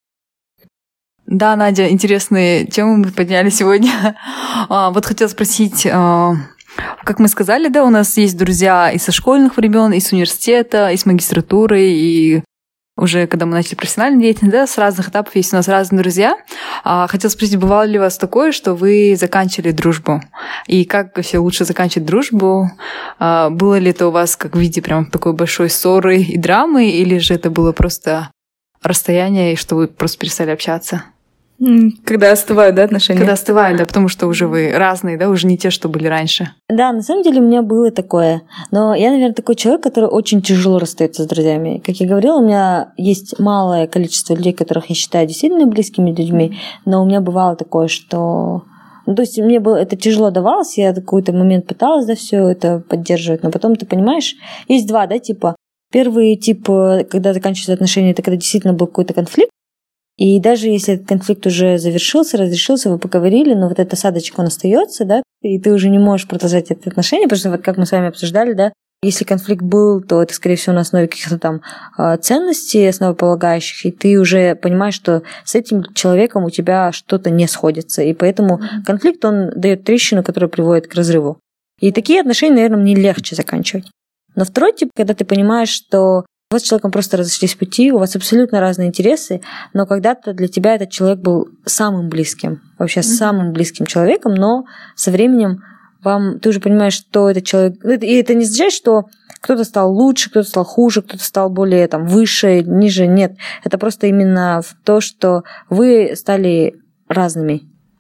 Да, Надя, интересные темы мы подняли сегодня. а, вот хотела спросить... А... Как мы сказали, да, у нас есть друзья и со школьных времен, и с университета, и с магистратуры, и уже когда мы начали профессиональную деятельность, да, с разных этапов есть у нас разные друзья. А, хотела спросить, бывало ли у вас такое, что вы заканчивали дружбу? И как вообще лучше заканчивать дружбу? А, было ли это у вас как в виде прям такой большой ссоры и драмы, или же это было просто расстояние, и что вы просто перестали общаться? Когда остывают, да, отношения? Когда остывают, да, потому что уже вы разные, да, уже не те, что были раньше. Да, на самом деле у меня было такое. Но я, наверное, такой человек, который очень тяжело расстается с друзьями. Как я говорила, у меня есть малое количество людей, которых я считаю действительно близкими людьми, но у меня бывало такое, что... Ну, то есть мне было это тяжело давалось, я в какой-то момент пыталась, да, все это поддерживать, но потом ты понимаешь, есть два, да, типа. Первый тип, когда заканчиваются отношения, это когда действительно был какой-то конфликт. И даже если этот конфликт уже завершился, разрешился, вы поговорили, но вот этот осадочек, он остается, да, и ты уже не можешь продолжать эти отношения, потому что вот как мы с вами обсуждали, да, если конфликт был, то это, скорее всего, на основе каких-то там ценностей основополагающих, и ты уже понимаешь, что с этим человеком у тебя что-то не сходится, и поэтому mm-hmm. конфликт, он дает трещину, которая приводит к разрыву. И такие отношения, наверное, мне легче заканчивать. Но второй тип, когда ты понимаешь, что вы с человеком просто разошлись пути, у вас абсолютно разные интересы, но когда-то для тебя этот человек был самым близким, вообще mm-hmm. самым близким человеком, но со временем вам, ты уже понимаешь, что этот человек... И это не означает, что кто-то стал лучше, кто-то стал хуже, кто-то стал более там, выше, ниже. Нет, это просто именно то, что вы стали разными.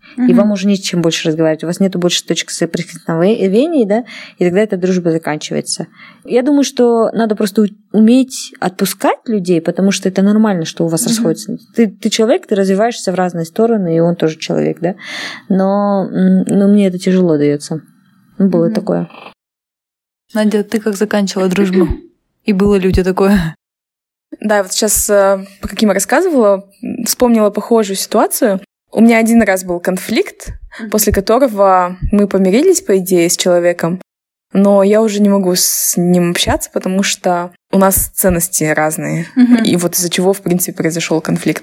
mm-hmm. и вам уже не с чем больше разговаривать, у вас нету больше точек соприкосновений, да, и тогда эта дружба заканчивается. Я думаю, что надо просто уметь отпускать людей, потому что это нормально, что у вас mm-hmm. расходятся. Ты, ты человек, ты развиваешься в разные стороны, и он тоже человек, да, но, но мне это тяжело дается. Было mm-hmm. такое. Надя, ты как заканчивала дружбу? И было ли у тебя такое? Да, я вот сейчас, по каким я рассказывала, вспомнила похожую ситуацию. У меня один раз был конфликт, после которого мы помирились, по идее, с человеком, но я уже не могу с ним общаться, потому что у нас ценности разные, mm-hmm. и вот из-за чего, в принципе, произошел конфликт.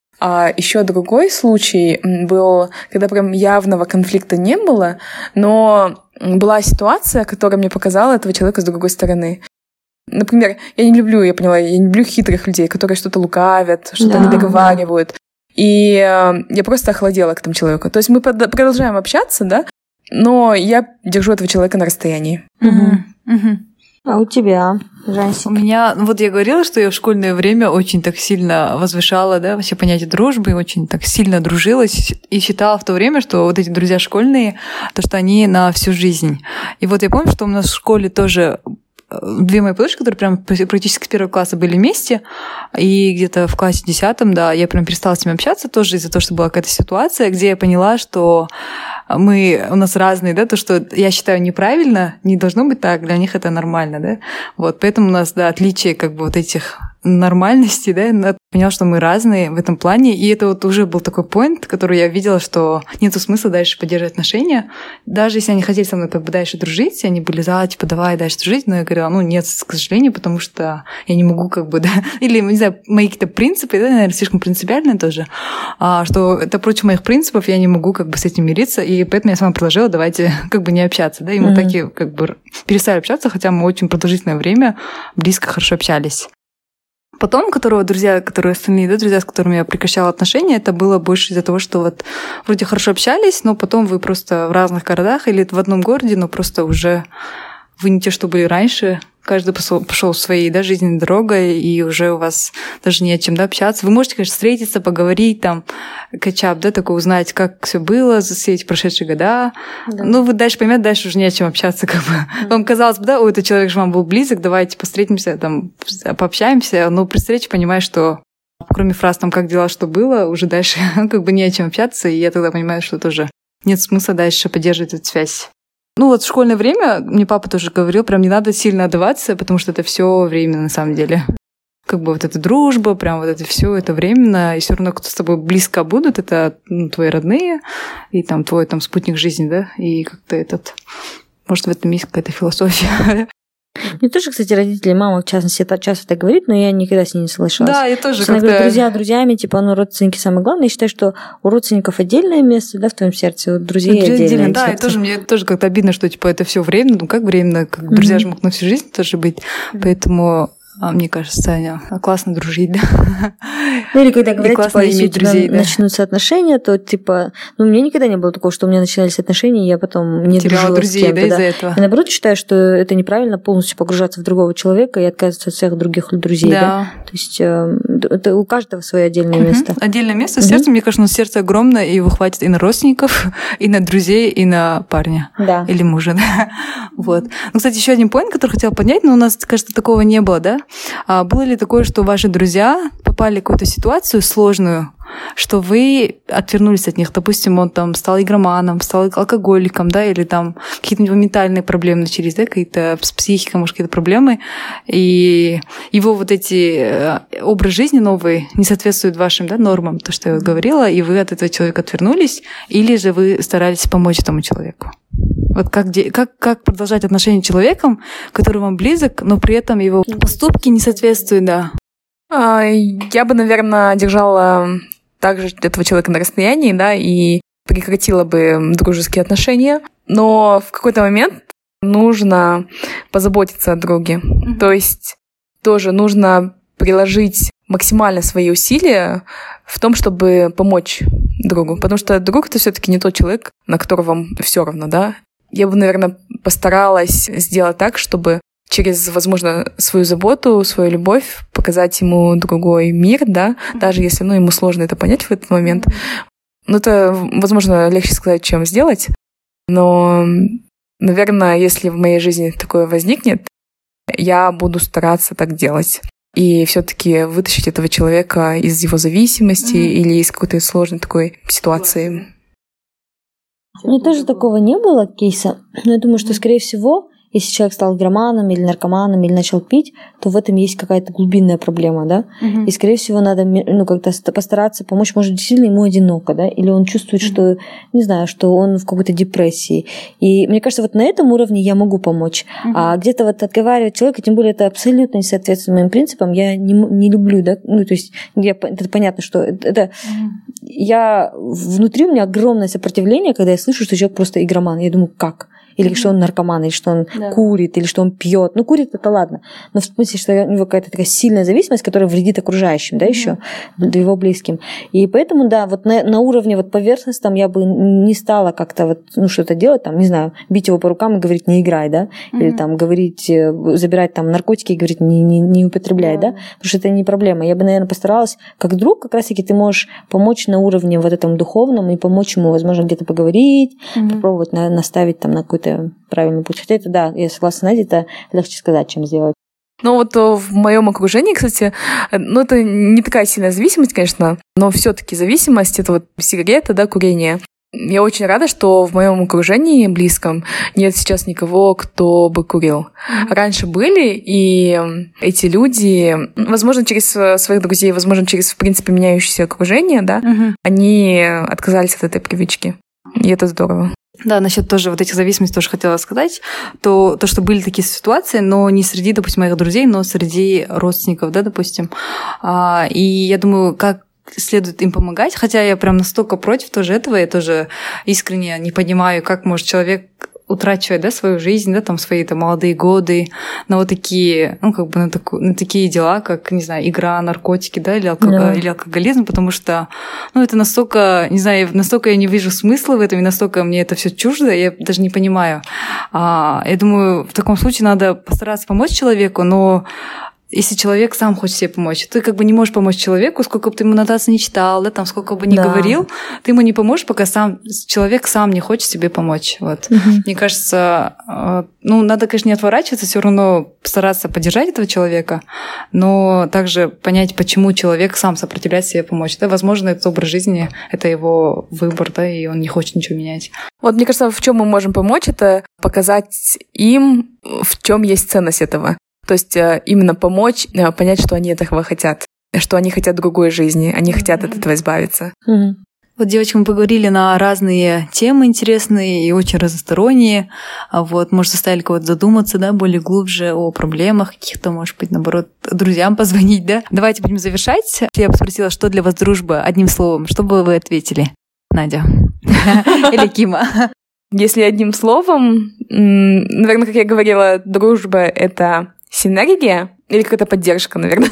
А еще другой случай был, когда прям явного конфликта не было, но была ситуация, которая мне показала этого человека с другой стороны. Например, я не люблю, я поняла, я не люблю хитрых людей, которые что-то лукавят, что-то да, не договаривают. Да. И э, я просто охладела к этому человеку. То есть мы под- продолжаем общаться, да, но я держу этого человека на расстоянии. Угу. Угу. А у тебя, Жансик? У меня, вот я говорила, что я в школьное время очень так сильно возвышала, да, вообще понятие дружбы, и очень так сильно дружилась, и считала в то время, что вот эти друзья школьные, то, что они на всю жизнь. И вот я помню, что у нас в школе тоже две мои подружки, которые прям практически с первого класса были вместе, и где-то в классе десятом, да, я прям перестала с ними общаться тоже из-за того, что была какая-то ситуация, где я поняла, что мы, у нас разные, да, то, что я считаю неправильно, не должно быть так, для них это нормально, да, вот, поэтому у нас, да, отличие как бы вот этих нормальности, да, я поняла, что мы разные в этом плане, и это вот уже был такой поинт, который я видела, что нету смысла дальше поддерживать отношения, даже если они хотели со мной как бы дальше дружить, они были за, типа, давай дальше дружить, но я говорила, ну, нет, к сожалению, потому что я не могу как бы, да, или, не знаю, мои какие-то принципы, да, наверное, слишком принципиальные тоже, а, что это против моих принципов, я не могу как бы с этим мириться, и поэтому я сама предложила, давайте как бы не общаться, да, и мы mm-hmm. так и как бы перестали общаться, хотя мы очень продолжительное время близко, хорошо общались. Потом, которого друзья, которые остальные, да, друзья, с которыми я прекращала отношения, это было больше из-за того, что вот вроде хорошо общались, но потом вы просто в разных городах или в одном городе, но просто уже вы не те, что были раньше. Каждый пошел своей, да, жизненной дорогой, и уже у вас даже не о чем, да, общаться. Вы можете, конечно, встретиться, поговорить, там, кэтчап, да, такой узнать, как все было за все эти прошедшие года. Да. Ну, вы дальше поймете, дальше уже не о чем общаться, как бы. Mm-hmm. Вам казалось бы, да, ой, этот человек же вам был близок, давайте встретимся, там, пообщаемся, но при встрече понимаешь, что кроме фраз там, как дела, что было, уже дальше как бы не о чем общаться, и я тогда понимаю, что тоже нет смысла дальше поддерживать эту связь. Ну вот в школьное время мне папа тоже говорил, прям не надо сильно отдаваться, потому что это все временно на самом деле. Как бы вот эта дружба, прям вот это все это временно, и все равно кто с тобой близко будут, это, ну, твои родные, и там твой там спутник жизни, да, и как-то этот, может, в этом есть какая-то философия. Мне тоже, кстати, родители, мама, в частности, это часто так говорит, но я никогда с ней не соглашалась. Да, я тоже как-то... Она говорит, друзья друзьями, типа, ну, родственники самое главное. Я считаю, что у родственников отдельное место, да, в твоем сердце, у друзей ну, отдельное отдельно, да, сердце. И тоже, мне тоже как-то обидно, что, типа, это все временно, ну, как временно, как mm-hmm. друзья же могут на всю жизнь тоже быть, mm-hmm. поэтому... А мне кажется, Аня, классно дружить, да. Ну или когда говорят, типа, если у тебя друзей, да. начнутся отношения, то типа, ну у меня никогда не было такого, что у меня начинались отношения, и я потом не теряла дружила друзей, с кем-то. Да, да. из-за этого. Я наоборот считаю, что это неправильно полностью погружаться в другого человека и отказываться от всех других друзей. Да. Да? То есть это у каждого свое отдельное uh-huh. место. Отдельное место, uh-huh. сердце, мне кажется, ну, сердце огромное, и его хватит и на родственников, и на друзей, и на парня. Да. Или мужа, да. Вот. Ну, кстати, еще один поинт, который хотела поднять, но у нас, кажется, такого не было, да? А, было ли такое, что ваши друзья попали в какую-то ситуацию сложную, что вы отвернулись от них? Допустим, он там стал игроманом, стал алкоголиком, да, или там какие-то у него ментальные проблемы начались, да, какие-то с психикой, может, какие-то проблемы, и его вот эти образ жизни новый не соответствует вашим, да, нормам, то, что я говорила, и вы от этого человека отвернулись, или же вы старались помочь этому человеку? Вот как, как, как продолжать отношения с человеком, который вам близок, но при этом его поступки не соответствуют, да? Я бы, наверное, держала также этого человека на расстоянии, да, и прекратила бы дружеские отношения. Но в какой-то момент нужно позаботиться о друге. Mm-hmm. То есть тоже нужно приложить максимально свои усилия в том, чтобы помочь другу. Потому что друг — это все-таки не тот человек, на которого вам все равно, да. Я бы, наверное, постаралась сделать так, чтобы через, возможно, свою заботу, свою любовь показать ему другой мир, да, mm-hmm. даже если, ну, ему сложно это понять в этот момент. Mm-hmm. Ну, это, возможно, легче сказать, чем сделать. Но, наверное, если в моей жизни такое возникнет, я буду стараться так делать. И все-таки вытащить этого человека из его зависимости mm-hmm. или из какой-то сложной такой ситуации. У меня тоже такого не было кейса, но я думаю, что, скорее всего, если человек стал игроманом или наркоманом или начал пить, то в этом есть какая-то глубинная проблема, да? Mm-hmm. И, скорее всего, надо ну, как-то постараться помочь. Может, действительно ему одиноко, да? Или он чувствует, mm-hmm. что, не знаю, что он в какой-то депрессии. И мне кажется, вот на этом уровне я могу помочь. Mm-hmm. А где-то вот отговаривать человека, тем более это абсолютно не соответствует моим принципам, я не, не люблю, да? Ну, то есть я, это понятно, что это... Mm-hmm. Я... Внутри у меня огромное сопротивление, когда я слышу, что человек просто игроман. Я думаю, как? Или mm-hmm. что он наркоман, или что он да. курит, или что он пьет. Ну, курит это ладно. Но в смысле, что у него какая-то такая сильная зависимость, которая вредит окружающим, да, mm-hmm. еще, его близким. И поэтому, да, вот на, на уровне вот поверхностном я бы не стала как-то вот, ну, что-то делать, там, не знаю, бить его по рукам и говорить, не играй, да, mm-hmm. или там говорить, забирать там наркотики и говорить, не, не, не употребляй, yeah. да, потому что это не проблема. Я бы, наверное, постаралась, как друг, как раз-таки ты можешь помочь на уровне вот этом духовном и помочь ему, возможно, где-то поговорить, mm-hmm. попробовать на, наставить там на какой-то правильный путь. Хотя это, да, я согласна с Надей, это легче сказать, чем сделать. Ну вот в моем окружении, кстати, ну это не такая сильная зависимость, конечно, но все-таки зависимость — это вот сигарета, да, курение. Я очень рада, что в моем окружении близком нет сейчас никого, кто бы курил. Mm-hmm. Раньше были, и эти люди, возможно, через своих друзей, возможно, через, в принципе, меняющееся окружение, да, mm-hmm. они отказались от этой привычки. И это здорово. Да, насчет тоже вот этих зависимостей тоже хотела сказать, то, то, что были такие ситуации, но не среди, допустим, моих друзей, но среди родственников, да, допустим. А, и я думаю, как следует им помогать, хотя я прям настолько против тоже этого, я тоже искренне не понимаю, как может человек утрачивать, да, свою жизнь, да, там, свои там, молодые годы на вот такие, ну, как бы на, таку, на такие дела, как, не знаю, игра, наркотики, да, или, алког... yeah. или алкоголизм, потому что, ну, это настолько, не знаю, настолько я не вижу смысла в этом, и настолько мне это все чуждо, я даже не понимаю. А, я думаю, в таком случае надо постараться помочь человеку, но если человек сам хочет себе помочь, ты как бы не можешь помочь человеку, сколько бы ты ему нотации не читал, да, там, сколько бы ни да. говорил, ты ему не поможешь, пока сам человек сам не хочет себе помочь. Вот. Угу. Мне кажется, ну, надо, конечно, не отворачиваться, все равно стараться поддержать этого человека, но также понять, почему человек сам сопротивляется себе помочь. Да? Возможно, этот образ жизни — это его выбор, да, и он не хочет ничего менять. Вот, мне кажется, в чем мы можем помочь, это показать им, в чем есть ценность этого. То есть именно помочь, понять, что они этого хотят, что они хотят другой жизни, они mm-hmm. хотят от этого избавиться. Mm-hmm. Вот, девочки, мы поговорили на разные темы интересные и очень разносторонние. Вот, может, заставили кого-то задуматься, да, более глубже о проблемах каких-то, может быть, наоборот, друзьям позвонить, да. Давайте будем завершать. Я бы спросила, что для вас дружба, одним словом, что бы вы ответили, Надя или Кима? Если одним словом, наверное, как я говорила, дружба — это синергия или какая-то поддержка, наверное.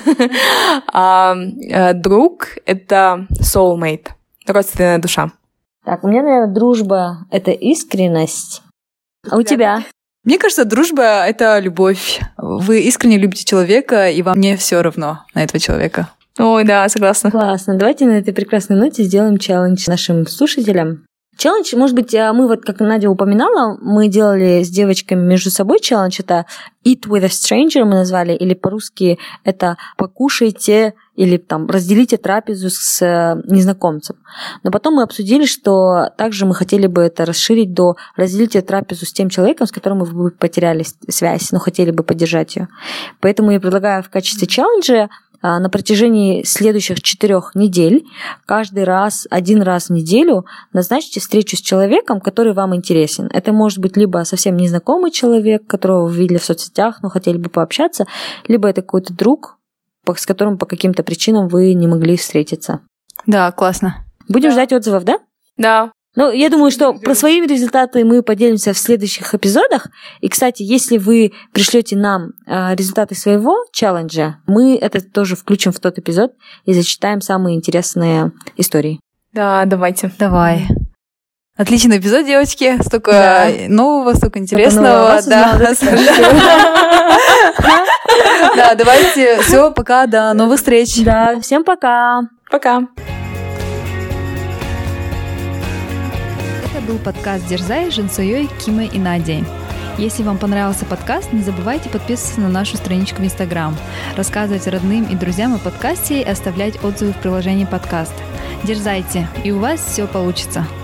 А, а друг — это soulmate, родственная душа. Так, у меня, наверное, дружба — это искренность. А у тебя? Мне кажется, дружба — это любовь. Вы искренне любите человека, и вам не все равно на этого человека. Ой, да, согласна. Классно. Давайте на этой прекрасной ноте сделаем челлендж нашим слушателям. Челлендж, может быть, мы вот, как Надя упоминала, мы делали с девочками между собой челлендж, это Eat with a stranger мы назвали, или по-русски это покушайте или там разделите трапезу с незнакомцем. Но потом мы обсудили, что также мы хотели бы это расширить до разделите трапезу с тем человеком, с которым вы потеряли связь, но хотели бы поддержать ее. Поэтому я предлагаю в качестве челленджа на протяжении следующих четырех недель каждый раз, один раз в неделю назначьте встречу с человеком, который вам интересен. Это может быть либо совсем незнакомый человек, которого вы видели в соцсетях, но хотели бы пообщаться, либо это какой-то друг, с которым по каким-то причинам вы не могли встретиться. Да, классно. Будем да. ждать отзывов, да? Да. Ну, я думаю, что про свои результаты мы поделимся в следующих эпизодах. И, кстати, если вы пришлете нам результаты своего челленджа, мы это тоже включим в тот эпизод и зачитаем самые интересные истории. Да, давайте. Давай. Отличный эпизод, девочки. Столько да. нового, столько интересного. Да, да, давайте. Все, пока, до новых встреч. Да, всем пока. Пока. был подкаст «Дерзай» с Жансуей, Кимой и Надей. Если вам понравился подкаст, не забывайте подписываться на нашу страничку в Инстаграм, рассказывать родным и друзьям о подкасте и оставлять отзывы в приложении подкаст. Дерзайте, и у вас все получится.